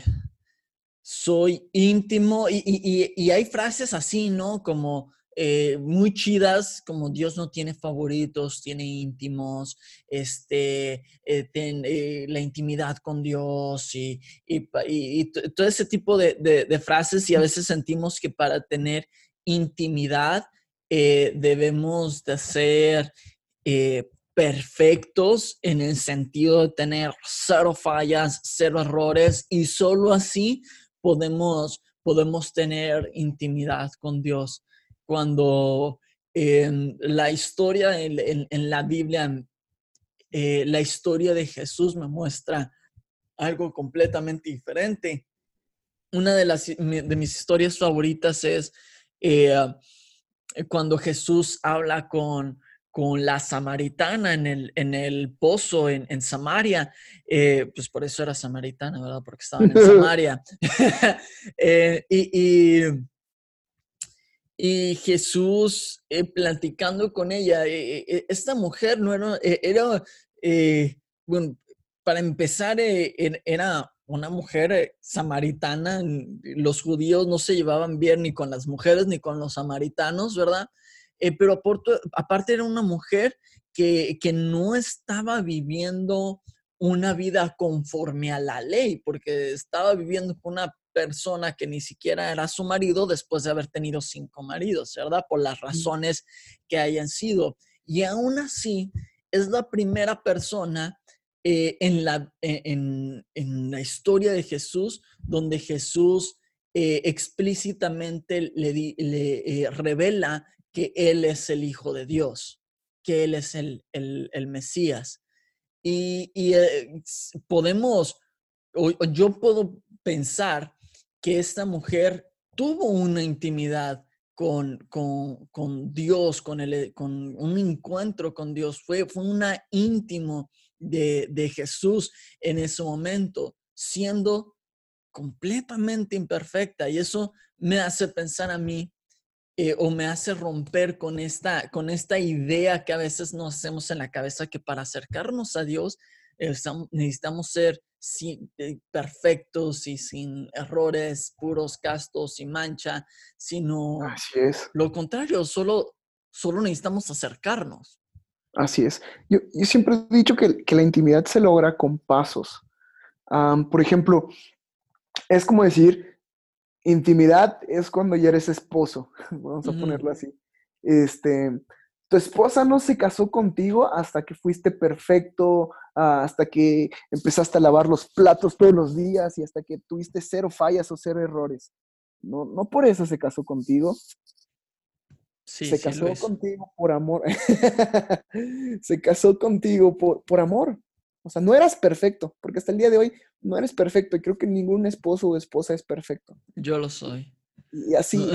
soy íntimo y, y- y- y hay frases así, ¿no? Como eh, muy chidas, como Dios no tiene favoritos, tiene íntimos, este, eh, ten- eh, la intimidad con Dios y, y pa- y- y t- todo ese tipo de, de- de frases y a veces sentimos que para tener intimidad eh, debemos de ser eh, perfectos en el sentido de tener cero fallas, cero errores y solo así podemos, podemos tener intimidad con Dios. cuando en la historia en, en, en la Biblia, eh, la historia de Jesús me muestra algo completamente diferente. Una de, las, de mis historias favoritas es eh, cuando Jesús habla con, con la samaritana en el, en el pozo en, en Samaria. Eh, pues por eso era samaritana, ¿verdad? Porque estaban en Samaria. eh, y, y, y, Jesús eh, platicando con ella, eh, eh, esta mujer no era, eh, era eh, bueno, para empezar, eh, era una mujer eh, samaritana. Los judíos no se llevaban bien ni con las mujeres ni con los samaritanos, ¿verdad? Eh, pero por, aparte era una mujer que, que no estaba viviendo una vida conforme a la ley, porque estaba viviendo con una persona que ni siquiera era su marido después de haber tenido cinco maridos, ¿verdad? Por las razones que hayan sido. Y aún así, es la primera persona eh, en, la, en, en la historia de Jesús donde Jesús eh, explícitamente le, di, le eh, revela que Él es el Hijo de Dios, que Él es el, el, el Mesías. Y, y eh, podemos, o, o yo puedo pensar que esta mujer tuvo una intimidad con, con, con Dios, con, el, con un encuentro con Dios. Fue, fue una íntimo de, de Jesús en ese momento, siendo completamente imperfecta. Y eso me hace pensar a mí eh, o me hace romper con esta, con esta idea que a veces nos hacemos en la cabeza que para acercarnos a Dios eh, necesitamos ser sí, eh, perfectos y sin errores, puros, castos, sin mancha, sino Así es. lo contrario, solo, solo necesitamos acercarnos. Así es. Yo, yo siempre he dicho que, que la intimidad se logra con pasos. Um, por ejemplo, es como decir, intimidad es cuando ya eres esposo, vamos a Uh-huh. ponerlo así. Este, tu esposa no se casó contigo hasta que fuiste perfecto, hasta que empezaste a lavar los platos todos los días y hasta que tuviste cero fallas o cero errores. No, no por eso se casó contigo. Sí, Se sí, casó Luis. contigo por amor. Se casó contigo por, por amor. O sea, no eras perfecto, porque hasta el día de hoy no eres perfecto y creo que ningún esposo o esposa es perfecto. Yo lo soy. Y así,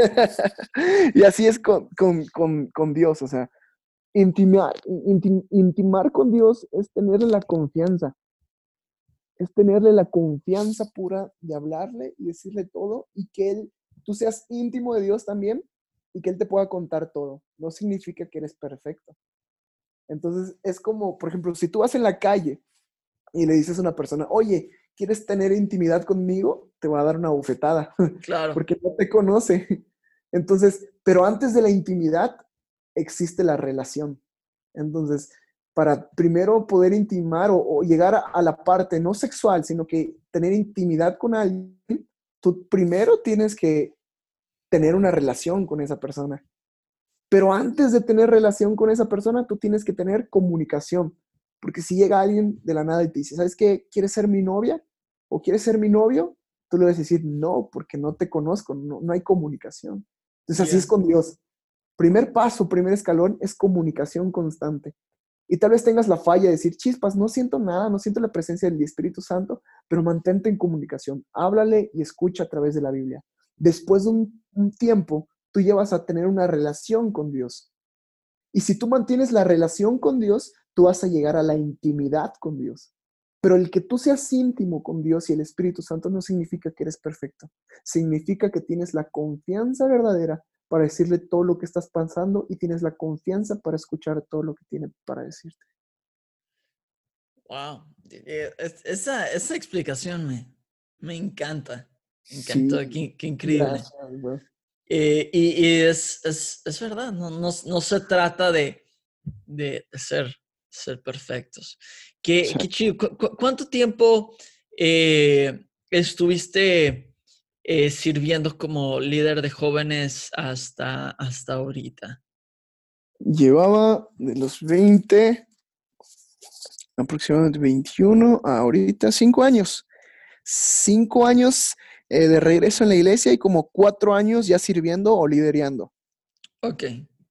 y así es con, con, con, con Dios. O sea, intimar, intim, intimar con Dios es tenerle la confianza. Es tenerle la confianza pura de hablarle y decirle todo y que él, tú seas íntimo de Dios también y que Él te pueda contar todo. No significa que eres perfecto. Entonces, es como, por ejemplo, si tú vas en la calle y le dices a una persona, oye, ¿quieres tener intimidad conmigo? Te va a dar una bofetada. Claro. Porque no te conoce. Entonces, pero antes de la intimidad existe la relación. Entonces, para primero poder intimar o, o llegar a, a la parte no sexual, sino que tener intimidad con alguien, tú primero tienes que tener una relación con esa persona. Pero antes de tener relación con esa persona, tú tienes que tener comunicación. Porque si llega alguien de la nada y te dice, ¿sabes qué? ¿Quieres ser mi novia? ¿O quieres ser mi novio? Tú le vas a decir, no, porque no te conozco, no, no hay comunicación. Entonces así Yeah. es con Dios. Primer paso, primer escalón es comunicación constante. Y tal vez tengas la falla de decir, chispas, no siento nada, no siento la presencia del Espíritu Santo, pero mantente en comunicación. Háblale y escucha a través de la Biblia. Después de un, un tiempo, tú llevas a tener una relación con Dios. Y si tú mantienes la relación con Dios, tú vas a llegar a la intimidad con Dios. Pero el que tú seas íntimo con Dios y el Espíritu Santo no significa que eres perfecto. Significa que tienes la confianza verdadera para decirle todo lo que estás pensando y tienes la confianza para escuchar todo lo que tiene para decirte. Wow. Esa, esa explicación me, me encanta. Me encantó. Sí, Qué, qué increíble. gracias, bro. Eh, y, y es, es, es, verdad, no, no, no se trata de, de ser, ser perfectos. Qué, qué chido. ¿Cu cu ¿Cuánto tiempo eh, estuviste eh, sirviendo como líder de jóvenes hasta, hasta ahorita? Llevaba de los veinte, aproximadamente veintiuno, a ahorita cinco años. Cinco años eh, de regreso en la iglesia y como cuatro años ya sirviendo o liderando. Ok,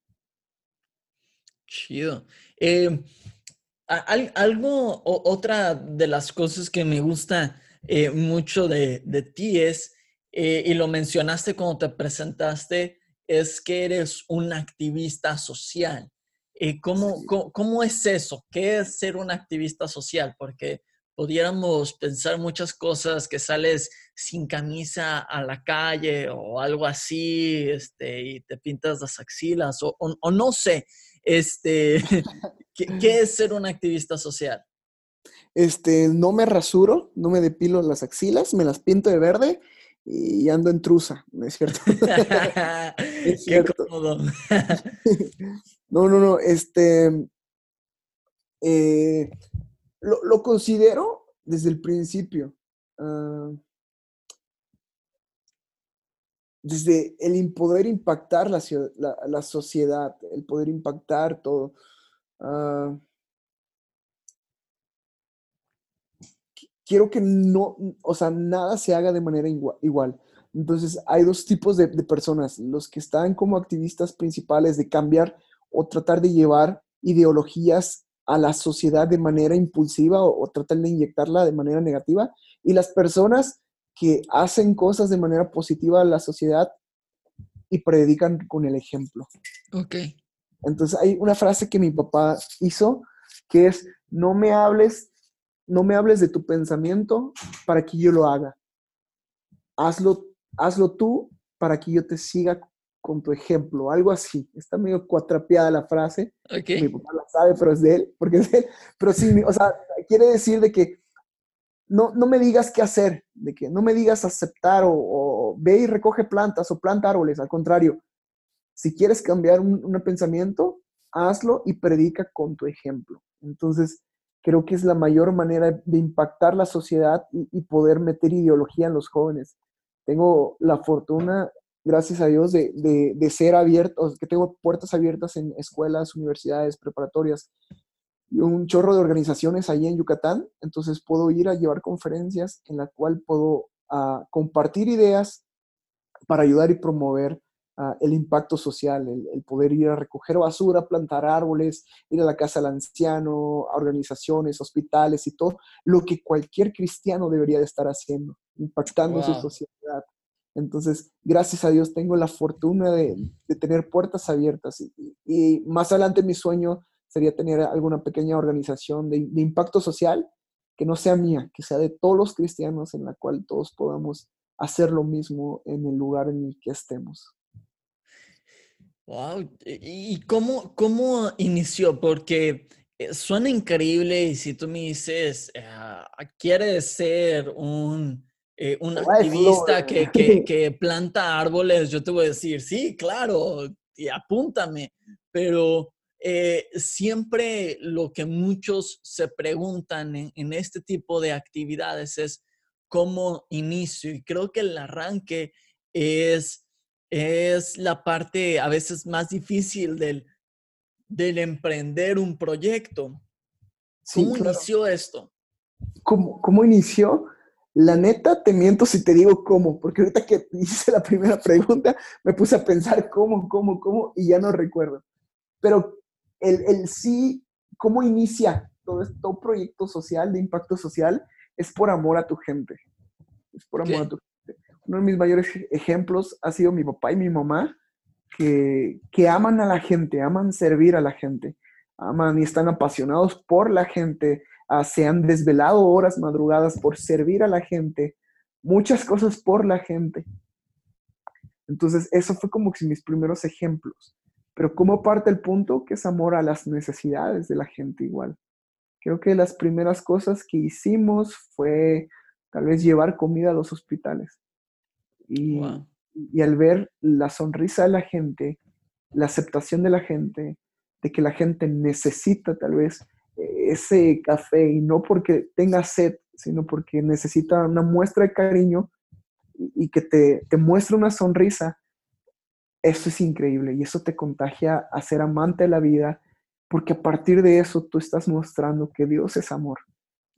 chido. Eh, a- al- algo, o- otra de las cosas que me gusta eh, mucho de, de ti es, eh, y lo mencionaste cuando te presentaste, es que eres un activista social. Eh, ¿cómo, Sí. cómo, cómo es eso? ¿Qué es ser un activista social? Porque pudiéramos pensar muchas cosas que sales sin camisa a la calle o algo así, este, y te pintas las axilas, o, o- o no sé, este, ¿qué, qué es ser un activista social? Este, no me rasuro, no me depilo las axilas, me las pinto de verde y ando en trusa, ¿no es cierto? Es Qué cierto. cómodo. No, no, no, este, eh, lo, lo considero desde el principio, ah, desde el im- poder impactar la, cio- la- la sociedad, el poder impactar todo. Ah, quiero que no, o sea, nada se haga de manera igua- igual. Entonces, hay dos tipos de, de personas, los que están como activistas principales de cambiar o tratar de llevar ideologías a la sociedad de manera impulsiva o, o tratar de inyectarla de manera negativa, y las personas que hacen cosas de manera positiva a la sociedad y predican con el ejemplo. Ok, Entonces hay una frase que mi papá hizo que es, no me hables, no me hables de tu pensamiento para que yo lo haga. Hazlo, hazlo tú para que yo te siga con tu ejemplo. Algo así. Está medio cuatrapeada la frase. ok. Mi papá la sabe, pero es de él, porque es de él. Pero sí, o sea, quiere decir de que no, no me digas qué hacer, de que no me digas aceptar o, o ve y recoge plantas o planta árboles. Al contrario, si quieres cambiar un, un pensamiento, hazlo y predica con tu ejemplo. Entonces, creo que es la mayor manera de impactar la sociedad y, y poder meter ideología en los jóvenes. Tengo la fortuna, gracias a Dios, de, de, de ser abierto, que tengo puertas abiertas en escuelas, universidades, preparatorias y un chorro de organizaciones ahí en Yucatán. Entonces, puedo ir a llevar conferencias en la cual puedo uh, compartir ideas para ayudar y promover uh, el impacto social, el, el, poder ir a recoger basura, plantar árboles, ir a la casa del anciano, a organizaciones, hospitales y todo, lo que cualquier cristiano debería de estar haciendo, impactando su Wow. sociedad. Entonces, gracias a Dios tengo la fortuna de, de tener puertas abiertas y, y, más adelante mi sueño sería tener alguna pequeña organización de, de impacto social que no sea mía, que sea de todos los cristianos en la cual todos podamos hacer lo mismo en el lugar en el que estemos. Wow. ¿Y y cómo, cómo inició? Porque eh, suena increíble y si tú me dices, ah, quieres ser un, eh, un Hazlo. activista que, que, que planta árboles, yo te voy a decir, sí, claro, y apúntame. Pero eh, siempre lo que muchos se preguntan en, en este tipo de actividades es cómo inicio. Y creo que el arranque es es la parte a veces más difícil del, del emprender un proyecto. Sí, ¿Cómo claro. inició esto? ¿Cómo, cómo inició? La neta, te miento si te digo cómo, porque ahorita que hice la primera pregunta, me puse a pensar cómo, cómo, cómo, y ya no recuerdo. Pero el, el sí, cómo inicia todo esto, proyecto social, de impacto social, es por amor a tu gente. Es por Ok, amor a tu gente. Uno de mis mayores ejemplos ha sido mi papá y mi mamá, que, que aman a la gente, aman servir a la gente, aman y están apasionados por la gente, uh, se han desvelado horas madrugadas por servir a la gente, muchas cosas por la gente. Entonces, eso fue como que mis primeros ejemplos. Pero ¿cómo parte el punto? Que es amor a las necesidades de la gente igual. Creo que las primeras cosas que hicimos fue tal vez llevar comida a los hospitales. Y, wow. y al ver la sonrisa de la gente, la aceptación de la gente, de que la gente necesita tal vez eh, ese café y no porque tenga sed, sino porque necesita una muestra de cariño y, y que te, te muestre una sonrisa, eso es increíble y eso te contagia a ser amante de la vida, porque a partir de eso tú estás mostrando que Dios es amor.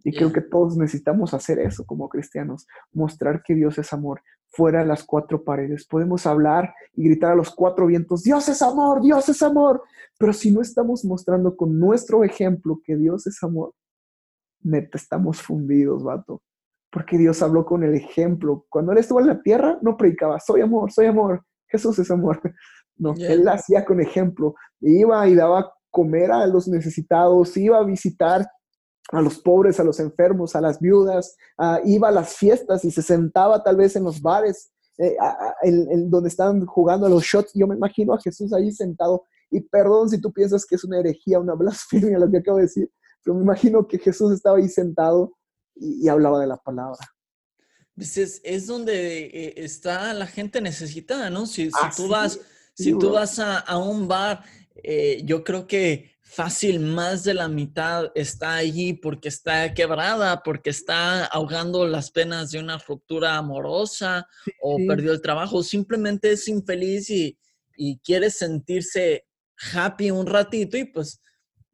Y creo Yeah. que todos necesitamos hacer eso como cristianos, mostrar que Dios es amor fuera de las cuatro paredes. Podemos hablar y gritar a los cuatro vientos, Dios es amor, Dios es amor. Pero si no estamos mostrando con nuestro ejemplo que Dios es amor, neta, estamos fundidos, vato. Porque Dios habló con el ejemplo. Cuando Él estuvo en la tierra, no predicaba, soy amor, soy amor, Jesús es amor. No, Yeah. Él hacía con ejemplo. Iba y daba comer a los necesitados, iba a visitar a los pobres, a los enfermos, a las viudas, uh, iba a las fiestas y se sentaba tal vez en los bares eh, a, a, en, en donde estaban jugando a los shots. Yo me imagino a Jesús ahí sentado, y perdón si tú piensas que es una herejía, una blasfemia lo que acabo de decir, pero me imagino que Jesús estaba ahí sentado y, y hablaba de la palabra. Pues es, es donde eh, está la gente necesitada, ¿no? Si, si tú Así, vas, sí, si tú bro. vas a, a un bar, eh, yo creo que fácil más de la mitad está allí porque está quebrada, porque está ahogando las penas de una ruptura amorosa o Sí, perdió el trabajo, simplemente es infeliz y, y quiere sentirse happy un ratito y pues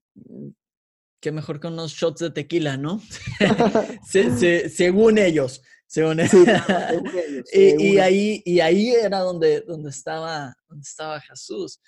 qué mejor que unos shots de tequila, ¿no? se, se, según ellos. Según sí, claro, según ellos, y, y, según ellos. ahí, y ahí era donde, donde, estaba, donde estaba Jesús.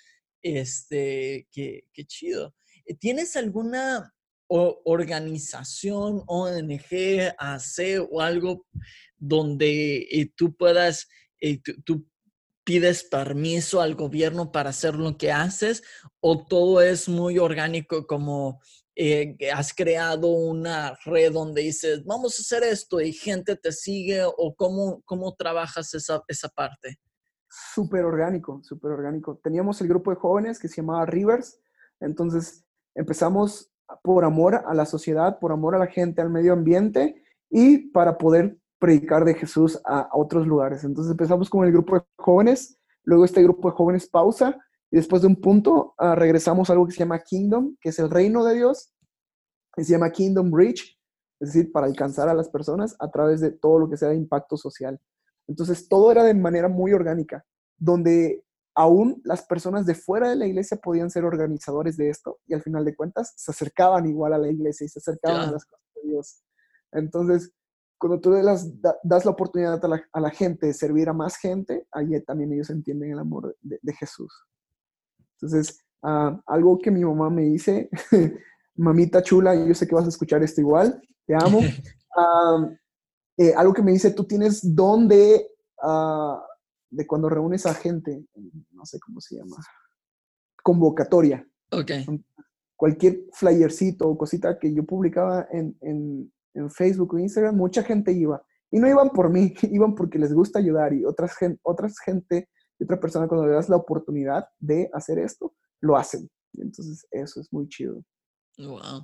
Este, qué, qué chido. ¿Tienes alguna o, organización, O N G, A C o algo donde eh, tú puedas, eh, tú, tú pides permiso al gobierno para hacer lo que haces, o todo es muy orgánico como eh, has creado una red donde dices, vamos a hacer esto y gente te sigue, o cómo, cómo trabajas esa, esa parte? Súper orgánico, súper orgánico. Teníamos el grupo de jóvenes que se llamaba Rivers, entonces empezamos por amor a la sociedad, por amor a la gente, al medio ambiente y para poder predicar de Jesús a, a otros lugares. Entonces empezamos con el grupo de jóvenes, luego este grupo de jóvenes pausa y después de un punto uh, regresamos a algo que se llama Kingdom, que es el reino de Dios, que se llama Kingdom Reach, es decir, para alcanzar a las personas a través de todo lo que sea de impacto social. Entonces, todo era de manera muy orgánica, donde aún las personas de fuera de la iglesia podían ser organizadores de esto y al final de cuentas se acercaban igual a la iglesia y se acercaban a Ya. las cosas de Dios. Entonces, cuando tú das, das la oportunidad a la, a la gente de servir a más gente, ahí también ellos entienden el amor de, de Jesús. Entonces, uh, algo que mi mamá me dice, mamita chula, yo sé que vas a escuchar esto igual, te amo. Uh, eh, algo que me dice, tú tienes don de, uh, de cuando reúnes a gente, no sé cómo se llama, convocatoria. Ok. Cualquier flyercito o cosita que yo publicaba en, en, en Facebook o Instagram, mucha gente iba. Y no iban por mí, iban porque les gusta ayudar. Y otras, gen, otras gente y otra persona, cuando le das la oportunidad de hacer esto, lo hacen. Entonces, eso es muy chido. Wow.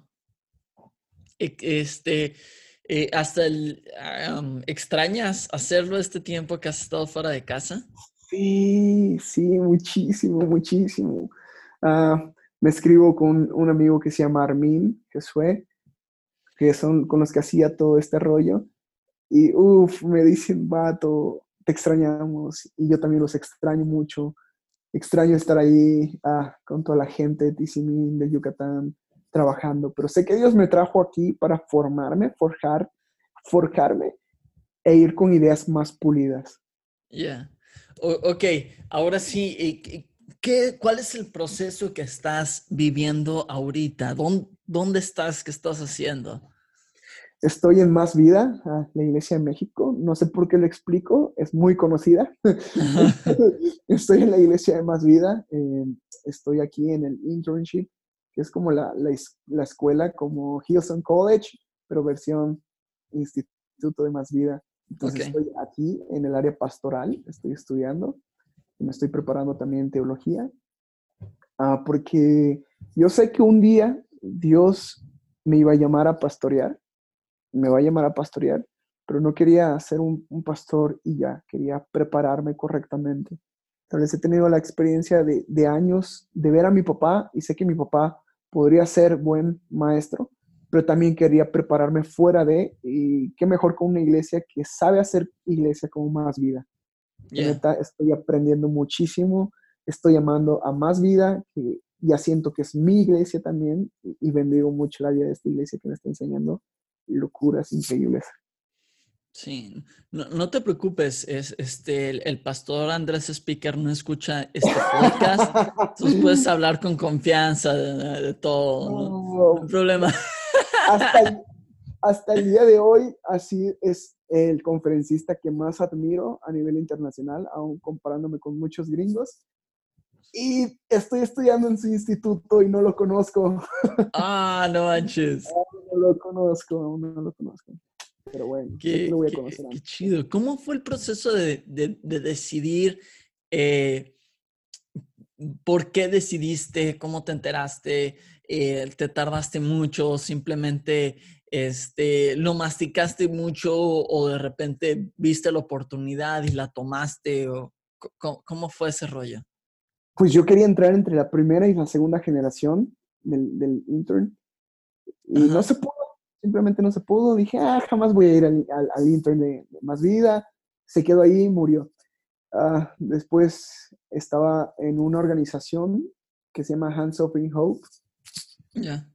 Este, eh, hasta el, um, ¿extrañas hacerlo este tiempo que has estado fuera de casa? Sí, sí, muchísimo, muchísimo. Uh, me escribo con un amigo que se llama Armin Josué, que son con los que hacía todo este rollo. Y uff, me dicen, vato, te extrañamos. Y yo también los extraño mucho. Extraño estar ahí ah, con toda la gente de Tizimín, de Yucatán, trabajando. Pero sé que Dios me trajo aquí para formarme, forjar, forjarme e ir con ideas más pulidas. Ya. Yeah. Ok, ahora sí, ¿qué, ¿cuál es el proceso que estás viviendo ahorita? ¿Dónde, dónde estás? ¿Qué estás haciendo? Estoy en Más Vida, la Iglesia de México. No sé por qué lo explico, es muy conocida. Estoy en la Iglesia de Más Vida. Eh, estoy aquí en el internship, que es como la, la, la escuela, como Hillsong College, pero versión Instituto de Más Vida. Entonces Okay. estoy aquí en el área pastoral, estoy estudiando y me estoy preparando también en teología, uh, porque yo sé que un día Dios me iba a llamar a pastorear, me va a llamar a pastorear, pero no quería ser un, un pastor y ya, quería prepararme correctamente. Tal vez he tenido la experiencia de, de años de ver a mi papá y sé que mi papá podría ser buen maestro, pero también quería prepararme fuera de, y qué mejor con una iglesia que sabe hacer iglesia como Más Vida. Yeah. Neta, estoy aprendiendo muchísimo, estoy amando a Más Vida, que ya siento que es mi iglesia también, y, y bendigo mucho la vida de esta iglesia que me está enseñando. locuras increíbles. Sí, no, no te preocupes, es, este, el, el pastor Andrés Speaker no escucha este podcast, entonces puedes hablar con confianza de, de todo, ¿no? No hay No, problema. hasta el, hasta el día de hoy, así es el conferencista que más admiro a nivel internacional, aún comparándome con muchos gringos. Y estoy estudiando en su instituto y no lo conozco. Ah, no manches. Aún no lo conozco, aún no lo conozco. Pero bueno, sé que lo Qué, voy a qué, conocer qué antes. chido. ¿Cómo fue el proceso de, de, de decidir eh, por qué decidiste, cómo te enteraste, eh, te tardaste mucho, simplemente este, lo masticaste mucho o de repente viste la oportunidad y la tomaste? O, ¿cómo, cómo fue ese rollo? Pues yo quería entrar entre la primera y la segunda generación del, del intern y no Ajá, se pudo, simplemente no se pudo. Dije, ah, jamás voy a ir al, al, al intern de, de Más Vida. Se quedó ahí y murió. Uh, después estaba en una organización que se llama Hands Up in Hope. ya.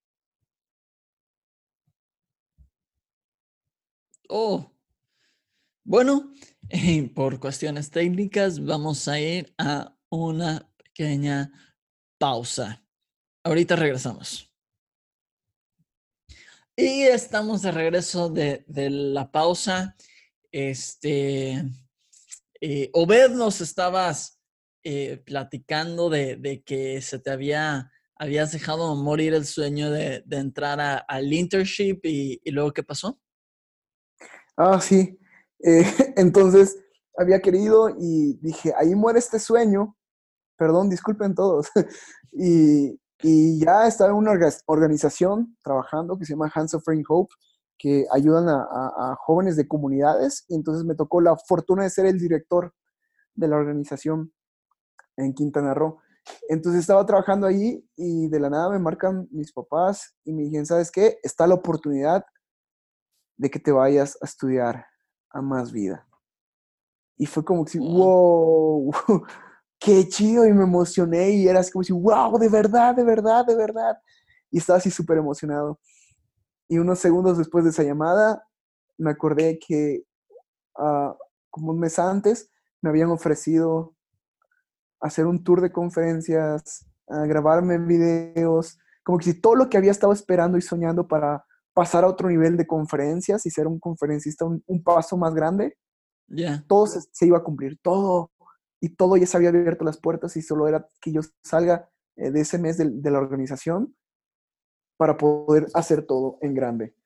Oh, bueno, eh, por cuestiones técnicas vamos a ir a una pequeña pausa. Ahorita regresamos. Y estamos de regreso de, de la pausa. Este, eh, Obed, nos estabas eh, platicando de, de que se te había, habías dejado morir el sueño de, de entrar a- al internship y, y luego, ¿qué pasó? Ah, sí. Eh, entonces había querido y dije, ahí muere este sueño. Perdón, disculpen todos. y, y ya estaba en una orga- organización trabajando que se llama Hands of Free Hope, que ayudan a, a- a jóvenes de comunidades. Y entonces me tocó la fortuna de ser el director de la organización en Quintana Roo. Entonces estaba trabajando ahí y de la nada me marcan mis papás y me dijeron, ¿sabes qué? Está la oportunidad de que te vayas a estudiar a Más Vida. Y fue como que, sí, Wow. wow, qué chido, y me emocioné y era así como si, wow, de verdad, de verdad, de verdad. Y estaba así súper emocionado. Y unos segundos después de esa llamada, me acordé que uh, como un mes antes me habían ofrecido hacer un tour de conferencias, a grabarme videos, como que si todo lo que había estado esperando y soñando para pasar a otro nivel de conferencias y ser un conferencista un, un paso más grande, Ya. Yeah. todo se, se, iba a cumplir, todo, y todo ya se había abierto las puertas y solo era que yo salga eh, de ese mes de, de la organización para poder hacer todo en grande.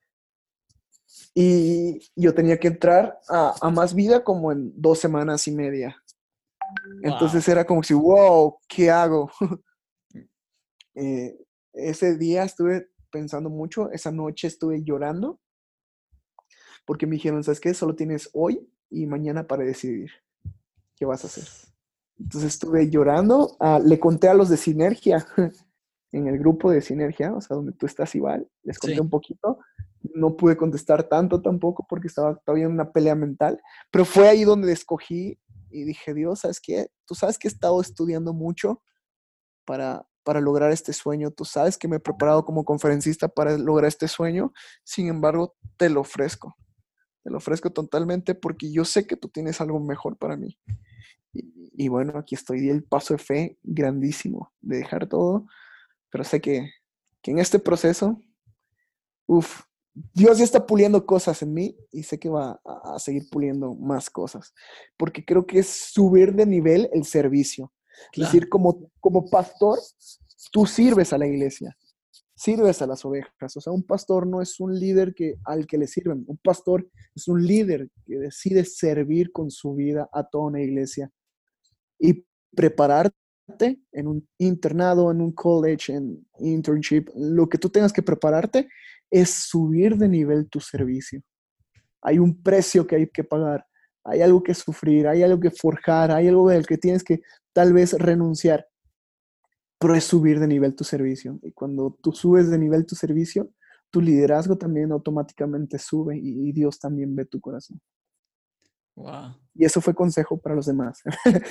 Y yo tenía que entrar a, a Más Vida como en dos semanas y media. Entonces Wow. era como si, wow, ¿qué hago? eh, ese día estuve pensando mucho, esa noche estuve llorando, porque me dijeron, ¿sabes qué? Solo tienes hoy y mañana para decidir qué vas a hacer. Entonces estuve llorando, uh, le conté a los de Sinergia, en el grupo de Sinergia, o sea, donde tú estás igual, les conté Sí. un poquito, no pude contestar tanto tampoco porque estaba todavía en una pelea mental, pero fue ahí donde escogí y dije, Dios, ¿sabes qué? Tú sabes que he estado estudiando mucho para, para lograr este sueño, tú sabes que me he preparado como conferencista para lograr este sueño, sin embargo, te lo ofrezco, te lo ofrezco totalmente porque yo sé que tú tienes algo mejor para mí. Y, y bueno, aquí estoy, di el paso de fe grandísimo de dejar todo, pero sé que, que en este proceso, uff, Dios ya está puliendo cosas en mí y sé que va a, a seguir puliendo más cosas, porque creo que es subir de nivel el servicio. Es Claro. decir, como, como pastor, tú sirves a la iglesia, sirves a las ovejas. O sea, un pastor no es un líder que, al que le sirven, un pastor es un líder que decide servir con su vida a toda una iglesia y prepararte en un internado, en un college, en internship, lo que tú tengas que prepararte es subir de nivel tu servicio. Hay un precio que hay que pagar, hay algo que sufrir, hay algo que forjar, hay algo del que tienes que tal vez renunciar, pero es subir de nivel tu servicio. Y cuando tú subes de nivel tu servicio, tu liderazgo también automáticamente sube y, y Dios también ve tu corazón. Wow. Y eso fue consejo para los demás.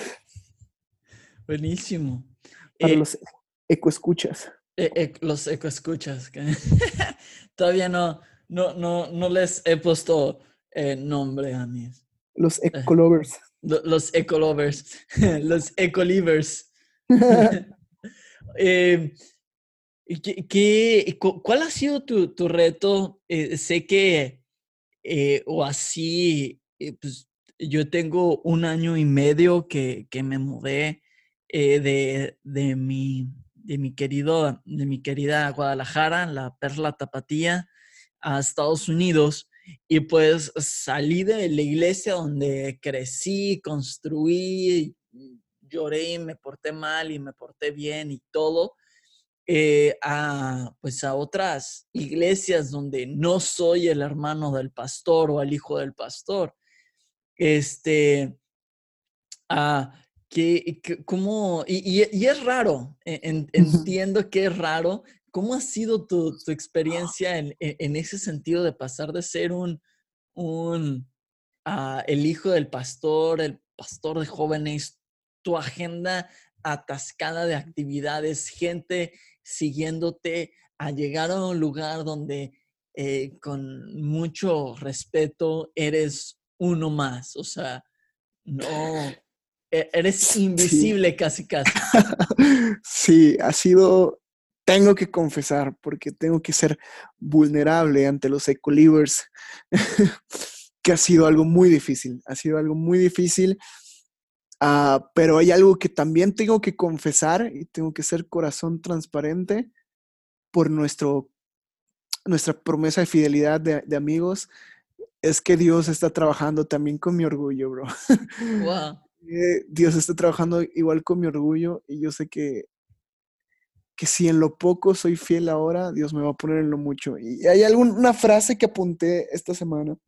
Buenísimo. Para Eh, los ecoescuchas. eh, eh, los ecoescuchas. que- Todavía no, No, no, no les he puesto eh, nombre a mis. Los eh, ecolovers. lo- los ecolovers, los ecolivers. Eh, ¿qué, qué- cu- cuál ha sido tu, tu reto? Eh, sé que, eh, o así, eh, pues yo tengo un año y medio que, que me mudé eh, de, de mi, de mi querido, de mi querida Guadalajara, la Perla Tapatía, a Estados Unidos. Y pues salí de la iglesia donde crecí, construí, lloré y me porté mal y me porté bien y todo, eh, a, pues a otras iglesias donde no soy el hermano del pastor o el hijo del pastor. Este, a, que, que- ¿cómo? Y, y- y es raro, e- en- entiendo que es raro. ¿Cómo ha sido tu, tu experiencia en, en- en ese sentido de pasar de ser un, un ah, el hijo del pastor, el pastor de jóvenes, tu agenda atascada de actividades, gente siguiéndote, a llegar a un lugar donde eh, con mucho respeto eres uno más? O sea, no, e- eres Sí, invisible casi, casi. sí, ha sido, tengo que confesar, porque tengo que ser vulnerable ante los ecolivers, que ha sido algo muy difícil, ha sido algo muy difícil, uh, pero hay algo que también tengo que confesar y tengo que ser corazón transparente por nuestro, nuestra promesa de fidelidad de, de amigos, es que Dios está trabajando también con mi orgullo, bro. Wow. Eh, Dios está trabajando igual con mi orgullo y yo sé que que si en lo poco soy fiel ahora, Dios me va a poner en lo mucho. Y hay alguna frase que apunté esta semana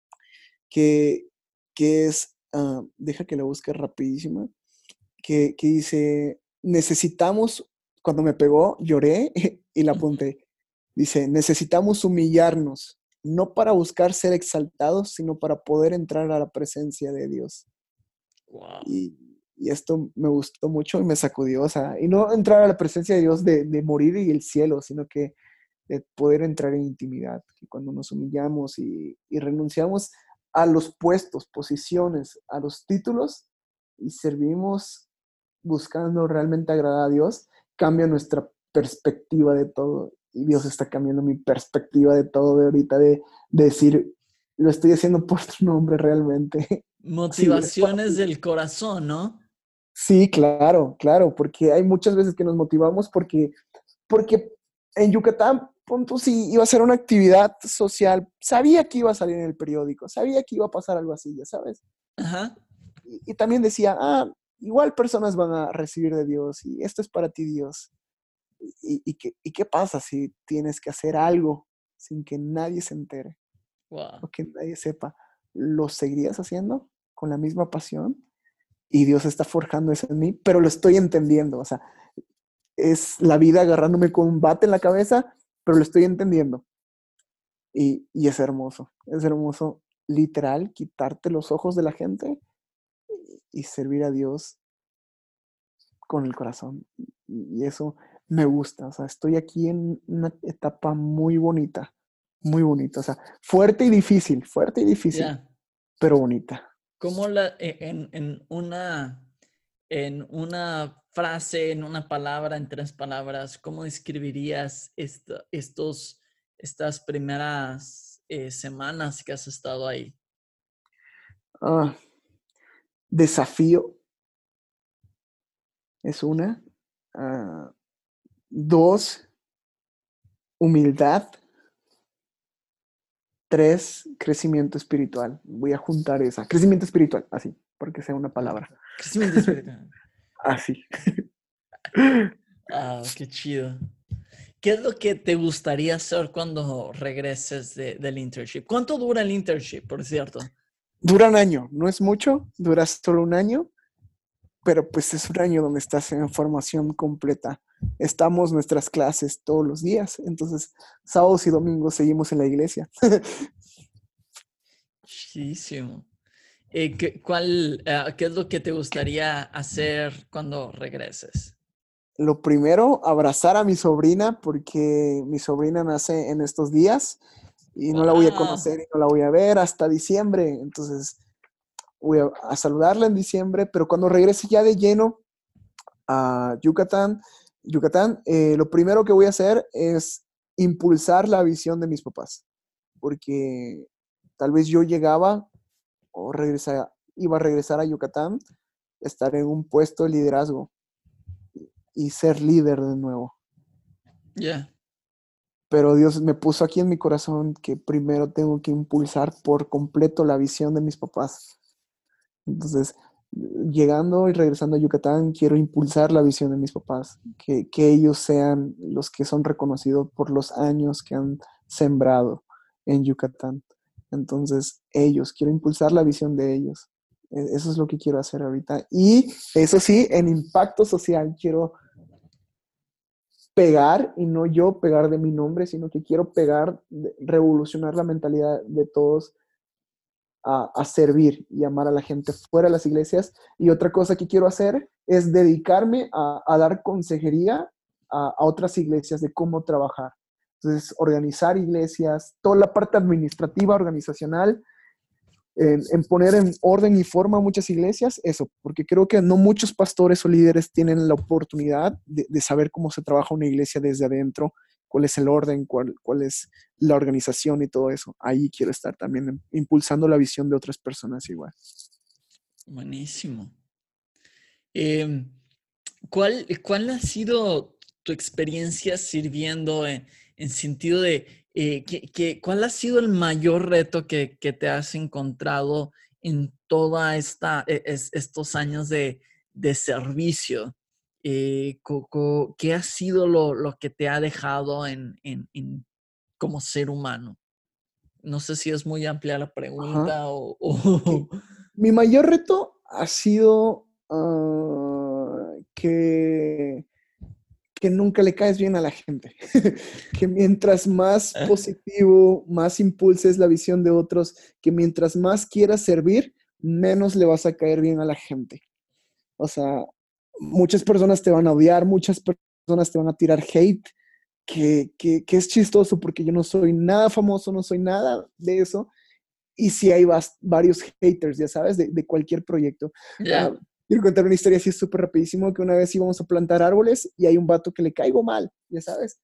que, que es, uh, deja que la busque rapidísima, que, que dice, necesitamos, cuando me pegó, lloré y la apunté. Dice, necesitamos humillarnos, no para buscar ser exaltados, sino para poder entrar a la presencia de Dios. Wow. Y, y esto me gustó mucho y me sacudió, o sea, y no entrar a la presencia de Dios de, de morir y el cielo, sino que de poder entrar en intimidad, que cuando nos humillamos y, y renunciamos a los puestos, posiciones, a los títulos y servimos buscando realmente agradar a Dios, cambia nuestra perspectiva de todo. Y Dios está cambiando mi perspectiva de todo de ahorita, de, de decir, lo estoy haciendo por tu nombre realmente. Sí, es para Motivaciones ti. del corazón, ¿no? Sí, claro, claro, porque hay muchas veces que nos motivamos porque, porque en Yucatán, punto, sí, iba a ser una actividad social, sabía que iba a salir en el periódico, sabía que iba a pasar algo así, ya sabes. Ajá. Y, y también decía, ah, igual personas van a recibir de Dios y esto es para ti, Dios. ¿Y, y, qué, ¿Y qué pasa si tienes que hacer algo sin que nadie se entere Wow. o que nadie sepa? ¿Lo seguirías haciendo con la misma pasión? Y Dios está forjando eso en mí, pero lo estoy entendiendo, o sea, es la vida agarrándome con un bate en la cabeza, pero lo estoy entendiendo. Y, y es hermoso, es hermoso literal quitarte los ojos de la gente y servir a Dios con el corazón. Y, y eso me gusta, o sea, estoy aquí en una etapa muy bonita, muy bonita, o sea, fuerte y difícil, fuerte y Ya. difícil, Yeah. pero bonita. ¿Cómo la, e- en, en una, en una frase, en una palabra, en tres palabras, cómo describirías esta- estos, estas primeras eh, semanas que has estado ahí? Ah, desafío es una. Ah, dos, humildad. Tres, crecimiento espiritual. Voy a juntar esa. Crecimiento espiritual, así, porque sea una Ah, palabra. crecimiento espiritual. Así. Ah, qué chido. ¿Qué es lo que te gustaría hacer cuando regreses de- del internship? ¿Cuánto dura el internship, por cierto? Dura un año, no es mucho, dura solo un año, pero pues es un año donde estás en formación completa. Estamos nuestras clases todos los días, entonces sábados y domingos seguimos en la iglesia. Chidísimo. Eh, ¿qué, cuál, eh, ¿Qué es lo que te gustaría hacer cuando regreses? Lo primero, abrazar a mi sobrina, porque mi sobrina nace en estos días y no la voy a Wow. conocer y no la voy a ver hasta diciembre. Entonces voy a, a saludarla en diciembre, pero cuando regrese ya de lleno a Yucatán, Yucatán, eh, lo primero que voy a hacer es impulsar la visión de mis papás, porque tal vez yo llegaba o regresa, iba a regresar a Yucatán, estar en un puesto de liderazgo y ser líder de nuevo. Ya. Pero Dios me puso aquí en mi corazón que primero tengo que impulsar por completo la visión de mis papás. Entonces, llegando y regresando a Yucatán, quiero impulsar la visión de mis papás, que, que ellos sean los que son reconocidos por los años que han sembrado en Yucatán. Entonces, ellos, quiero impulsar la visión de ellos. E- Eso es lo que quiero hacer ahorita. Y eso sí, en impacto social, quiero pegar, y no yo pegar de mi nombre, sino que quiero pegar, de- revolucionar la mentalidad de todos a, a servir y amar a la gente fuera de las iglesias. Y otra cosa que quiero hacer es dedicarme a, a dar consejería a, a otras iglesias de cómo trabajar. Entonces, organizar iglesias, toda la parte administrativa, organizacional, en, en, poner en orden y forma muchas iglesias, eso, porque creo que no muchos pastores o líderes tienen la oportunidad de, de saber cómo se trabaja una iglesia desde adentro, cuál es el orden, cuál, cuál es la organización y todo eso. Ahí quiero estar también impulsando la visión de otras personas igual. Buenísimo. Em, ¿cuál, cuál ha sido tu experiencia sirviendo en, en sentido de eh, que, que- cuál ha sido el mayor reto que, que te has encontrado en toda esta e- es- estos años de, de servicio? Eh, co- co- ¿qué ha sido lo, lo que te ha dejado en, en- en- como ser humano? No sé si es muy amplia la Ajá. pregunta o... Que o- mi mayor reto ha sido uh, que que nunca le caes bien a la gente. Que mientras más positivo, más impulses la visión de otros, que mientras más quieras servir, menos le vas a caer bien a la gente. O sea, muchas personas te van a odiar, muchas personas te van a tirar hate, que, que, que es chistoso porque yo no soy nada famoso, no soy nada de eso, y sí hay vas, varios haters, ya sabes, de, de cualquier proyecto. Uh, Ya. quiero contar una historia así súper rapidísimo, que una vez íbamos a plantar árboles y hay un vato que le caigo mal, ya sabes,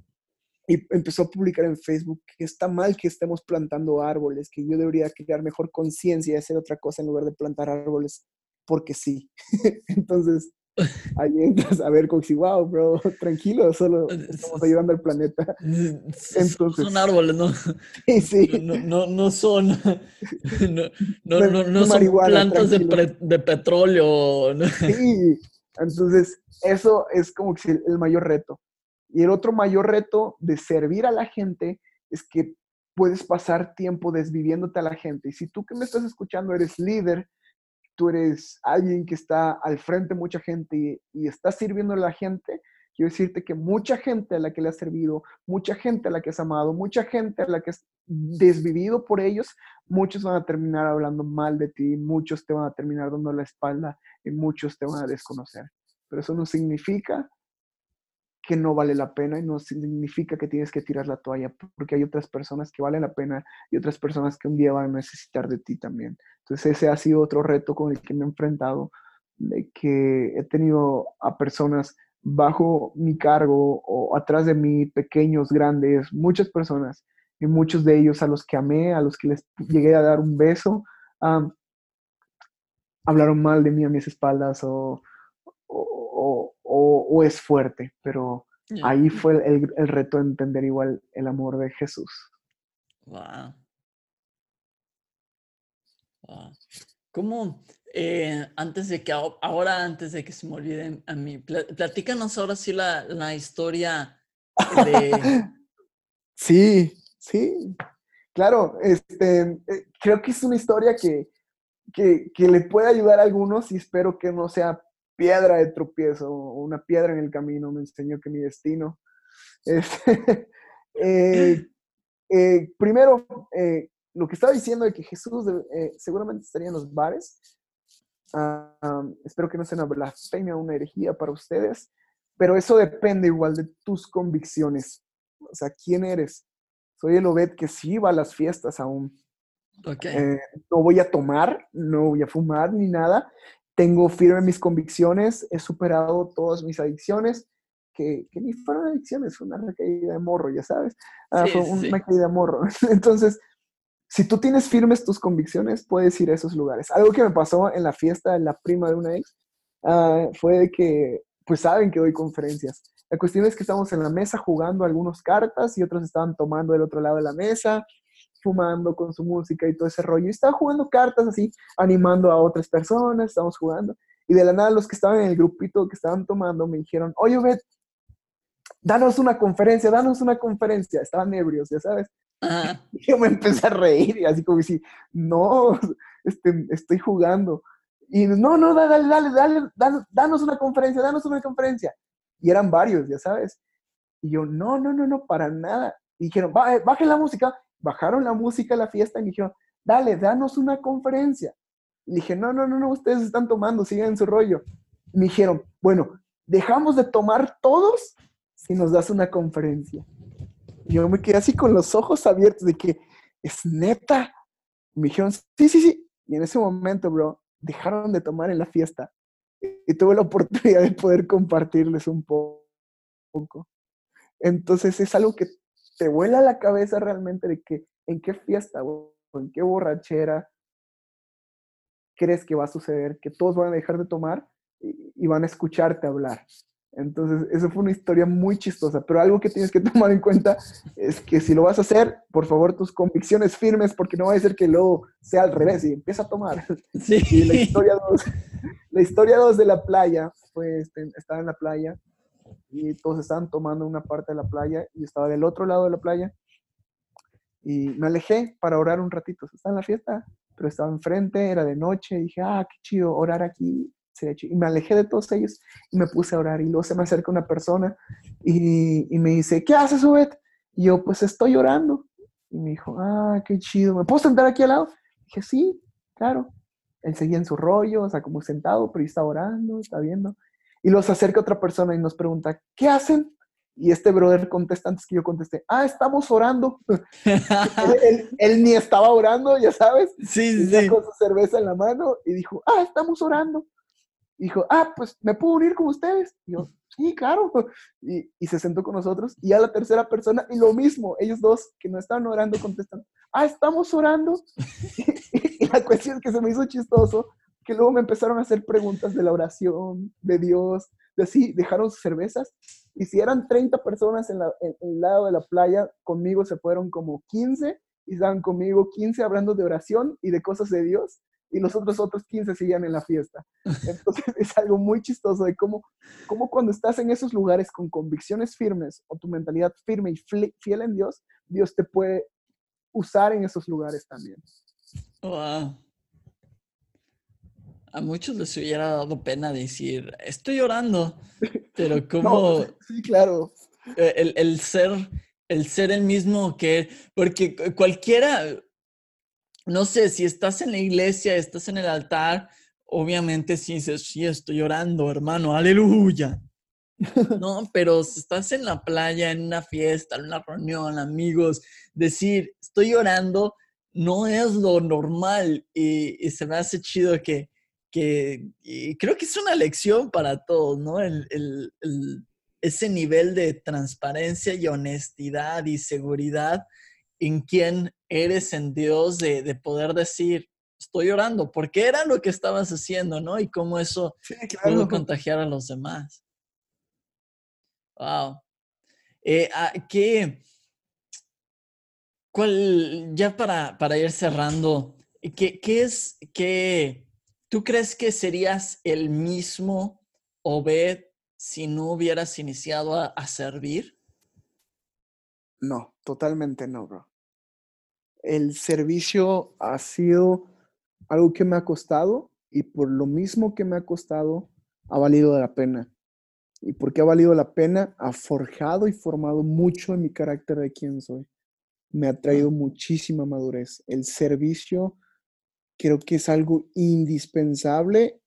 y empezó a publicar en Facebook que está mal que estemos plantando árboles, que yo debería crear mejor conciencia y hacer otra cosa en lugar de plantar árboles, porque sí. Entonces, ahí entras a ver como si, wow, bro, tranquilo, solo estamos ayudando al planeta. Son Entonces, árboles, ¿no? sí, No, sí, no, no, no son, no, no, no no, es no son marihuana, plantas de, tranquilo. pre- de petróleo, ¿no? Sí, entonces eso es como que el mayor reto. Y el otro mayor reto de servir a la gente es que puedes pasar tiempo desviviéndote a la gente. Y si tú que me estás escuchando eres líder, tú eres alguien que está al frente de mucha gente y, y estás sirviendo a la gente, quiero decirte que mucha gente a la que le has servido, mucha gente a la que has amado, mucha gente a la que has desvivido por ellos, muchos van a terminar hablando mal de ti, muchos te van a terminar dando la espalda y muchos te van a desconocer. Pero eso no significa que no vale la pena y no significa que tienes que tirar la toalla, porque hay otras personas que valen la pena y otras personas que un día van a necesitar de ti también. Entonces ese ha sido otro reto con el que me he enfrentado, de que he tenido a personas bajo mi cargo o atrás de mí, pequeños, grandes, muchas personas, y muchos de ellos a los que amé, a los que les llegué a dar un beso, um, hablaron mal de mí a mis espaldas o, o, o, o es fuerte, pero Ya. ahí fue el, el, reto de entender igual el amor de Jesús. Wow, wow. ¿Cómo, eh, antes de que, ahora antes de que se me olvide a mí, platícanos ahora sí la, la historia de... Sí, sí, claro, este, eh, creo que es una historia que, que, que le puede ayudar a algunos y espero que no sea piedra de tropiezo o una piedra en el camino. Me enseñó que mi destino. Este, eh, eh, primero, eh, lo que estaba diciendo de que Jesús eh, seguramente estaría en los bares. Uh, espero que no sea una blasfemia o una herejía para ustedes, pero eso depende igual de tus convicciones. O sea, ¿quién eres? Soy el Obed que sí va a las fiestas aún. Ok. Eh, no voy a tomar, no voy a fumar ni nada. Tengo firme mis convicciones, he superado todas mis adicciones, que, que ni fueron adicciones, fue una recaída de morro, ya sabes. Ah, Sí, fue sí, una sí. caída de morro. Entonces, si tú tienes firmes tus convicciones, puedes ir a esos lugares. Algo que me pasó en la fiesta de la prima de una ex uh, fue de que, pues saben que doy conferencias. La cuestión es que estamos en la mesa jugando algunos cartas y otros estaban tomando del otro lado de la mesa, fumando con su música y todo ese rollo. Y estaba jugando cartas así, animando a otras personas, estábamos jugando. Y de la nada los que estaban en el grupito que estaban tomando me dijeron, oye, Bet, danos una conferencia, danos una conferencia. Estaban ebrios, ya sabes. Ajá. Y yo me empecé a reír y así como que sí, no, este, estoy jugando. Y no, no, dale, dale, dale, dale, danos una conferencia, danos una conferencia. Y eran varios, ya sabes. Y yo, no, no, no, no, para nada. Y dijeron, "Ba- bajen la música". Bajaron la música a la fiesta y me dijeron, dale, danos una conferencia. Y dije, no, no, no, no, ustedes están tomando, sigan en su rollo. Y me dijeron, bueno, dejamos de tomar todos si nos das una conferencia. Y yo me quedé así con los ojos abiertos de que, es neta. Y me dijeron, sí, sí, sí. Y en ese momento, bro, dejaron de tomar en la fiesta. Y tuve la oportunidad de poder compartirles un po- poco. Entonces es algo que te vuela la cabeza realmente de que en qué fiesta o en qué borrachera crees que va a suceder, que todos van a dejar de tomar y, y van a escucharte hablar. Entonces, eso fue una historia muy chistosa, pero algo que tienes que tomar en cuenta es que si lo vas a hacer, por favor, tus convicciones firmes, porque no va a ser que luego sea al revés y empieza a tomar. Y la Sí. historia dos, la historia dos de la playa, fue, este, estaba en la playa y todos estaban tomando una parte de la playa y estaba del otro lado de la playa y me alejé para orar un ratito. Estaba en la fiesta, pero estaba enfrente, era de noche, y dije, ah, qué chido, orar aquí sería chido. Y me alejé de todos ellos y me puse a orar. Y luego se me acerca una persona y, y me dice, ¿qué haces, Ubet? Y yo, pues estoy orando. Y me dijo, ah, qué chido, ¿me puedo sentar aquí al lado? Dije, sí, claro. Él seguía en su rollo, o sea, como sentado, pero yo estaba orando, estaba viendo. Y luego se acerca otra persona y nos pregunta, ¿qué hacen? Y este brother contesta antes que yo contesté, ah, estamos orando. Él, él, él ni estaba orando, ya sabes, Sí, venía sí. con su cerveza en la mano y dijo, ah, estamos orando. Y dijo, ah, pues me puedo unir con ustedes. Y yo, sí, claro. Y, y se sentó con nosotros. Y a la tercera persona, y lo mismo, ellos dos que no estaban orando contestan, ah, estamos orando. Y, y la cuestión es que se me hizo chistoso, que luego me empezaron a hacer preguntas de la oración, de Dios, de así, dejaron sus cervezas. Y si eran treinta personas en, la, en, en el lado de la playa, conmigo se fueron como quince y estaban conmigo quince hablando de oración y de cosas de Dios, y los otros otros quince seguían en la fiesta. Entonces es algo muy chistoso de cómo, cómo cuando estás en esos lugares con convicciones firmes o tu mentalidad firme y fiel en Dios, Dios te puede usar en esos lugares también. Wow. A muchos les hubiera dado pena decir, estoy llorando, pero No, como sí, claro. el, el ser, el ser el mismo que, porque cualquiera, no sé, si estás en la iglesia, estás en el altar, obviamente sí dices, sí, estoy llorando, hermano, aleluya. No, pero si estás en la playa, en una fiesta, en una reunión, amigos, decir, estoy llorando, no es lo normal y, y se me hace chido que, que y creo que es una lección para todos, ¿no? El, el, el, ese nivel de transparencia y honestidad y seguridad en quién eres en Dios, de, de poder decir, estoy llorando, porque era lo que estabas haciendo, ¿no? Y cómo eso Sí, pudo claro. contagiar a los demás. Wow. Eh, ah, ¿qué, cuál, ya para, para ir cerrando, ¿qué, qué es, qué, tú crees que serías el mismo Obed si no hubieras iniciado a, a servir? No, totalmente no, bro. El servicio ha sido algo que me ha costado y por lo mismo que me ha costado, ha valido la pena. ¿Y por qué ha valido la pena? Ha forjado y formado mucho en mi carácter de quién soy. Me ha Ah, traído muchísima madurez. El servicio creo que es algo indispensable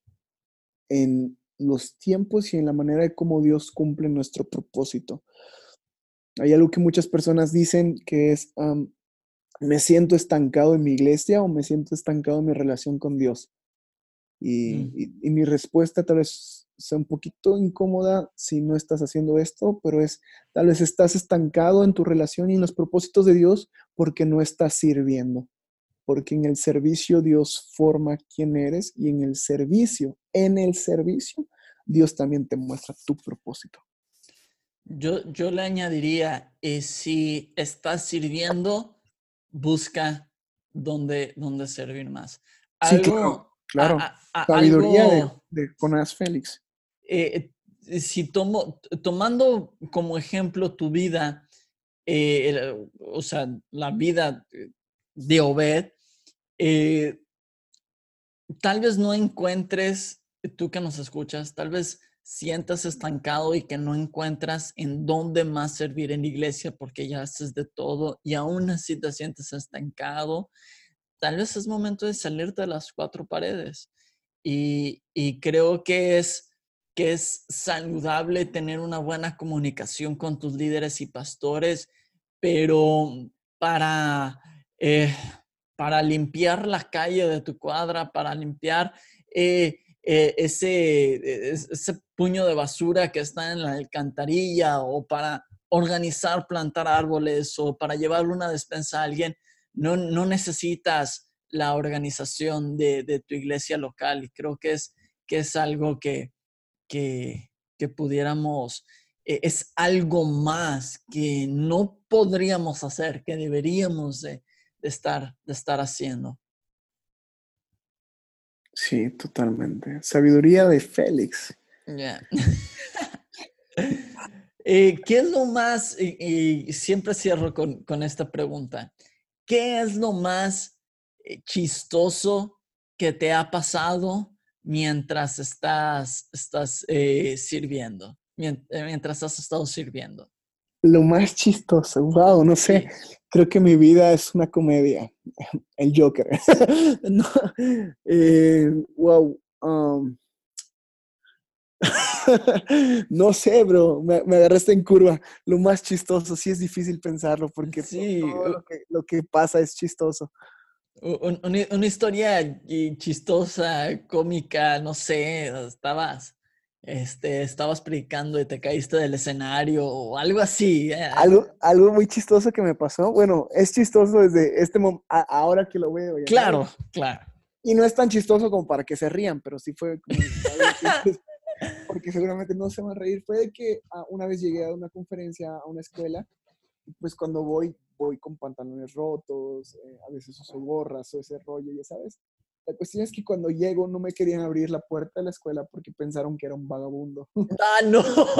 en los tiempos y en la manera de cómo Dios cumple nuestro propósito. Hay algo que muchas personas dicen que es, am, me siento estancado en mi iglesia o me siento estancado en mi relación con Dios. Y, Mm. y- y mi respuesta tal vez sea un poquito incómoda si no estás haciendo esto, pero es, tal vez estás estancado en tu relación y en los propósitos de Dios porque no estás sirviendo. Porque en el servicio Dios forma quién eres y en el servicio, en el servicio, Dios también te muestra tu propósito. Yo, yo le añadiría, eh, si estás sirviendo, busca dónde, dónde servir más. Sí, claro, Algo, a- claro. a- a- Sabiduría de, algo, de Jonás Félix. eh, si tomo, tomando como ejemplo tu vida, eh, el- o sea, la vida de Obed, eh, tal vez no encuentres, tú que nos escuchas, tal vez sientas estancado y que no encuentras en dónde más servir en la iglesia porque ya haces de todo y aún así te sientes estancado. Tal vez es momento de salirte de las cuatro paredes. Y, y creo que es, que es saludable tener una buena comunicación con tus líderes y pastores, pero para, eh, para limpiar la calle de tu cuadra, para limpiar eh, eh, ese, ese puño de basura que está en la alcantarilla, o para organizar, plantar árboles, o para llevar una despensa a alguien, no, no necesitas la organización de, de, tu iglesia local. Y creo que es, que es algo que, que, que pudiéramos, eh, es algo más que no podríamos hacer, que deberíamos de, de, estar, de estar haciendo. Sí, totalmente. Sabiduría de Félix. Yeah. eh, ¿Qué es lo más, y, y siempre cierro con, con esta pregunta, ¿qué es lo más eh, chistoso que te ha pasado mientras estás, estás eh, sirviendo, mient- eh, mientras has estado sirviendo? Lo más chistoso, wow, no sé, Sí. creo que mi vida es una comedia, el Joker. No, eh, wow, um, no sé, bro, me, me agarraste en curva. Lo más chistoso, sí es difícil pensarlo porque to- Sí, todo lo que, lo que pasa es chistoso. un- una, una historia y chistosa, cómica, no sé, estabas, este, estabas predicando y te caíste del escenario o algo así. eh. Algo, algo muy chistoso que me pasó, bueno, es chistoso desde este momento, ahora que lo veo, ya sabes. Claro, claro. Y no es tan chistoso como para que se rían, pero sí fue como algo que porque seguramente no se van a reír. Fue de que ah, una vez llegué a una conferencia, a una escuela, y pues cuando voy, voy con pantalones rotos, eh, a veces uso gorras o ese rollo, ya sabes. La cuestión es que cuando llego no me querían abrir la puerta de la escuela porque pensaron que era un vagabundo. Ah, no.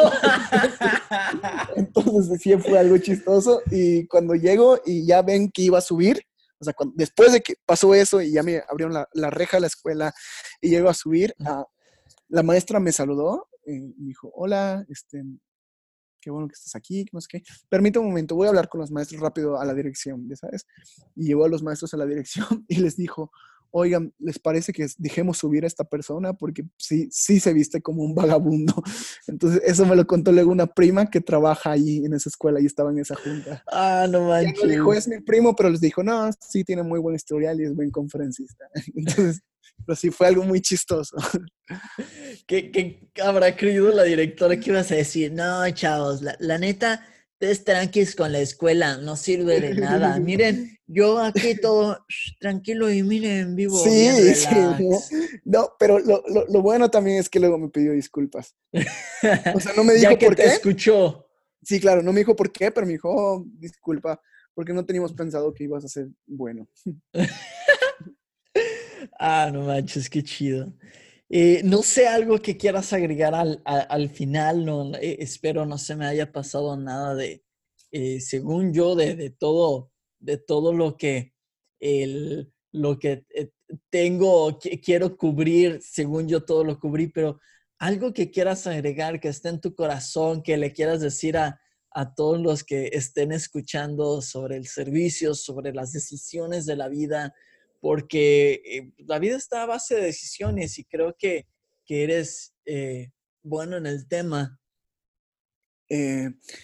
Entonces sí fue algo chistoso y cuando llego y ya ven que iba a subir, o sea, cuando, después de que pasó eso y ya me abrieron la, la reja de la escuela y llego a subir, uh, la maestra me saludó y me dijo, hola, este, qué bueno que estés aquí, no sé qué. Permítame un momento, voy a hablar con los maestros rápido a la dirección, ¿ya sabes? Y llevó a los maestros a la dirección y les dijo, oigan, ¿les parece que dejemos subir a esta persona? Porque sí, sí se viste como un vagabundo. Entonces, eso me lo contó luego una prima que trabaja allí en esa escuela y estaba en esa junta. Ah, no Ya no dijo, manches. es mi primo, pero les dijo, no, sí tiene muy buen historial y es buen conferencista. Entonces, pero sí fue algo muy chistoso. ¿Qué, qué habrá creído la directora que ibas a decir? No, chavos, la, la neta, ustedes tranquilos con la escuela, no sirve de nada. Miren, yo aquí todo shh, tranquilo y miren, vivo bien Sí, sí, no, relax. no, pero lo, lo, lo bueno también es que luego me pidió disculpas. O sea, no me Ya dijo que por te qué. escuchó. Sí, claro, no me dijo por qué, pero me dijo, "Oh, disculpa, porque no teníamos pensado que ibas a ser bueno." Ah, no manches, qué chido. Eh, no sé, algo que quieras agregar al, a- al final, no, eh, espero no se me haya pasado nada de, eh, según yo, de, de todo, de todo lo que, el, lo que eh, tengo, que, quiero cubrir, según yo todo lo cubrí, pero algo que quieras agregar, que esté en tu corazón, que le quieras decir a, a todos los que estén escuchando sobre el servicio, sobre las decisiones de la vida, porque eh, la vida está a base de decisiones y creo que, que eres eh, bueno en el tema. Eh,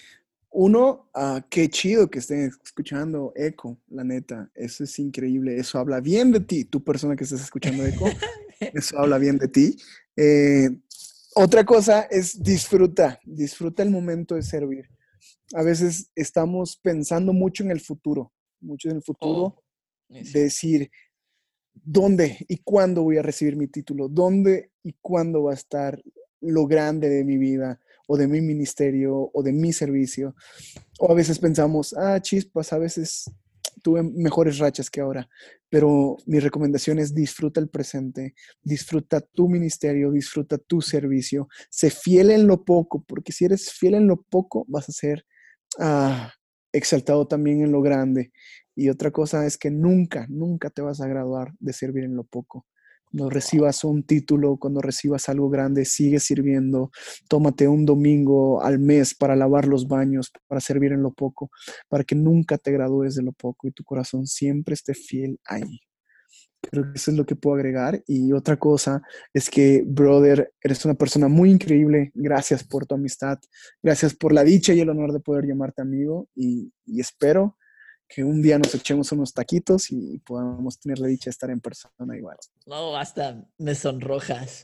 Uno, ah, qué chido que estén escuchando Eco, la neta. Eso es increíble. Eso habla bien de ti, tu persona que estás escuchando Eco. Eso habla bien de ti. Eh, Otra cosa es disfruta, disfruta el momento de servir. A veces estamos pensando mucho en el futuro, mucho en el Oh, futuro, de buenísimo. decir, ¿dónde y cuándo voy a recibir mi título? ¿Dónde y cuándo va a estar lo grande de mi vida o de mi ministerio o de mi servicio? O a veces pensamos, ah, chispas, a veces tuve mejores rachas que ahora, pero mi recomendación es disfruta el presente, disfruta tu ministerio, disfruta tu servicio, sé fiel en lo poco, porque si eres fiel en lo poco, vas a ser ah, exaltado también en lo grande. Y otra cosa es que nunca, nunca te vas a graduar de servir en lo poco. Cuando recibas un título, cuando recibas algo grande, sigue sirviendo. Tómate un domingo al mes para lavar los baños, para servir en lo poco, para que nunca te gradúes de lo poco y tu corazón siempre esté fiel ahí. Creo que eso es lo que puedo agregar. Y otra cosa es que, brother, eres una persona muy increíble. Gracias por tu amistad. Gracias por la dicha y el honor de poder llamarte amigo. Y, y espero que un día nos echemos unos taquitos y podamos tener la dicha de estar en persona igual. No, hasta me sonrojas.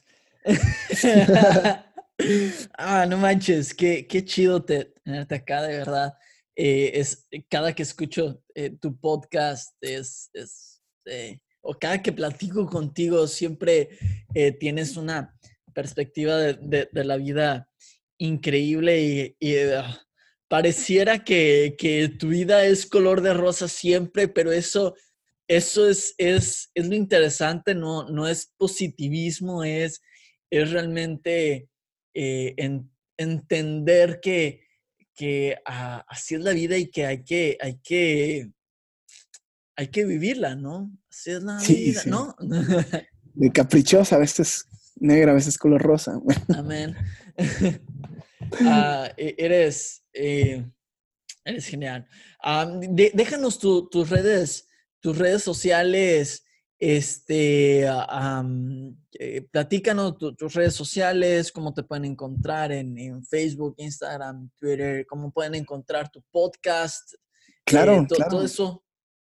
Ah, no manches, qué, qué chido te, tenerte acá, de verdad. Eh, es, cada que escucho eh, tu podcast es, es eh, o cada que platico contigo, siempre eh, tienes una perspectiva de, de- de la vida increíble y, y, ah, pareciera que, que tu vida es color de rosa siempre, pero eso eso es, es, es lo interesante, no, no es positivismo, es, es realmente eh, en- entender que, que ah, así es la vida y que hay que, hay que, hay que vivirla, ¿no? Así es la Sí, vida, sí. ¿no? De caprichosa, a veces negra, a veces color rosa. Amén. Ah, e- eres, eh, eres genial. Am, de- déjanos tu- tus redes, tus redes sociales. Este, ah, am, eh, platícanos tu- tus redes sociales, cómo te pueden encontrar en, en Facebook, Instagram, Twitter, cómo pueden encontrar tu podcast, eh, Claro, to- todo claro. eso.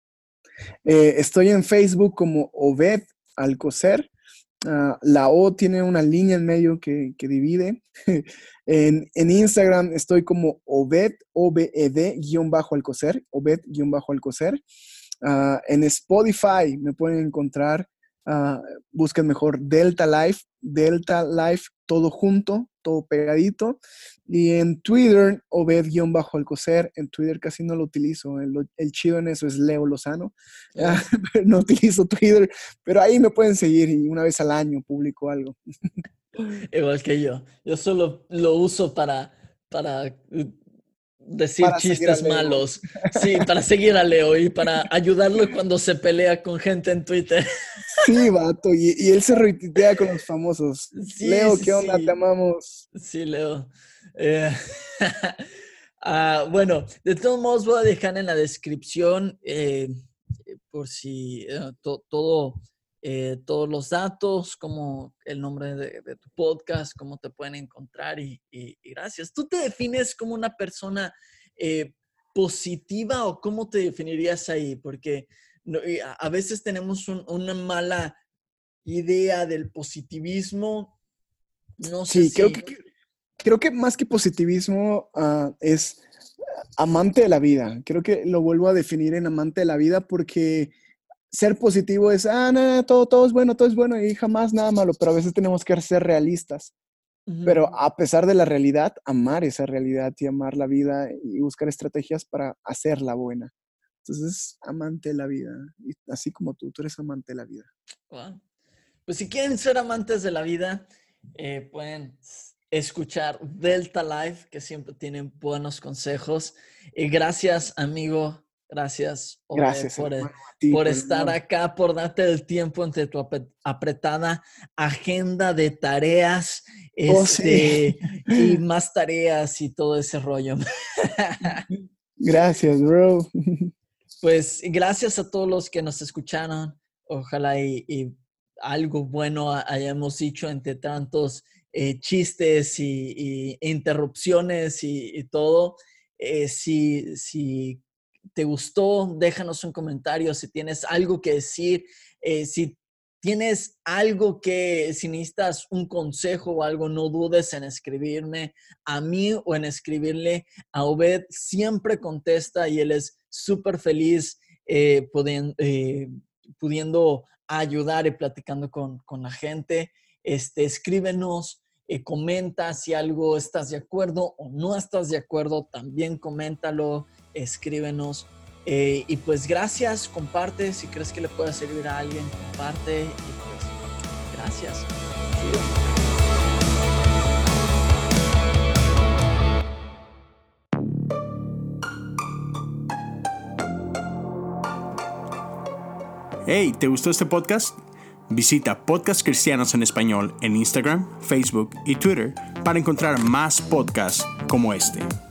Eh, estoy en Facebook como Obed Alcocer. Uh, la O tiene una línea en medio que, que divide. en, en, Instagram estoy como Obed, O B E D, guión bajo Alcocer, Obed, guión bajo Alcocer. Uh, en Spotify me pueden encontrar, uh, busquen mejor Delta Life, Delta Life, todo junto, todo pegadito. Y en Twitter, Obed-Alcocer, en Twitter casi no lo utilizo, el, el chido en eso es Leo Lozano. Uh, Yeah. no utilizo Twitter, pero ahí me pueden seguir y una vez al año publico algo. Igual que yo. Yo solo lo uso para, para uh, decir Para seguir a chistes Leo. malos. Sí, para seguir a Leo y para ayudarlo cuando se pelea con gente en Twitter. Sí, vato, y, y él se retuitea con los famosos. Sí, Leo, sí, ¿qué onda? Te sí. amamos. Sí, Leo. Eh, ah, bueno, de todos modos voy a dejar en la descripción eh, por si eh, to- todo, eh, todos los datos, como el nombre de, de tu podcast, cómo te pueden encontrar y, y- y gracias. ¿Tú te defines como una persona eh, positiva o cómo te definirías ahí? Porque no- y a, a veces tenemos un- una mala idea del positivismo. No sé Sí, creo que, si... creo que más que positivismo uh, es amante de la vida. Creo que lo vuelvo a definir en amante de la vida porque ser positivo es, ah, no, no, todo, todo es bueno, todo es bueno y jamás nada malo, pero a veces tenemos que ser realistas. Ujú. Pero a pesar de la realidad, amar esa realidad y amar la vida y buscar estrategias para hacerla buena. Entonces, amante de la vida. Y así como tú, tú eres amante de la vida. Wow. Pues si quieren ser amantes de la vida, eh, pueden escuchar Delta Life, que siempre tienen buenos consejos. Y gracias, amigo. Gracias, Ove, Gracias, por, eh, hermano, a ti por por el estar honor. acá, por darte el tiempo entre tu apre- apretada agenda de tareas, Oh, sí. este, y más tareas y todo ese rollo. Gracias, bro. Pues gracias a todos los que nos escucharon. Ojalá y, y algo bueno hayamos dicho entre tantos eh, chistes y, y interrupciones y, y todo. Eh, si, si te gustó, déjanos un comentario. Si tienes algo que decir, eh, si tienes algo que, si necesitas un consejo o algo, no dudes en escribirme a mí o en escribirle a Obed. Siempre contesta y él es súper feliz eh, pudiendo, eh, pudiendo ayudar y platicando con, con la gente. Este, escríbenos, eh, comenta si algo estás de acuerdo o no estás de acuerdo. También coméntalo, escríbenos. Eh, y pues gracias, comparte, si crees que le pueda servir a alguien, comparte y pues gracias. Sí. Hey, ¿te gustó este podcast? Visita Podcast Cristianos en Español en Instagram, Facebook y Twitter para encontrar más podcasts como este.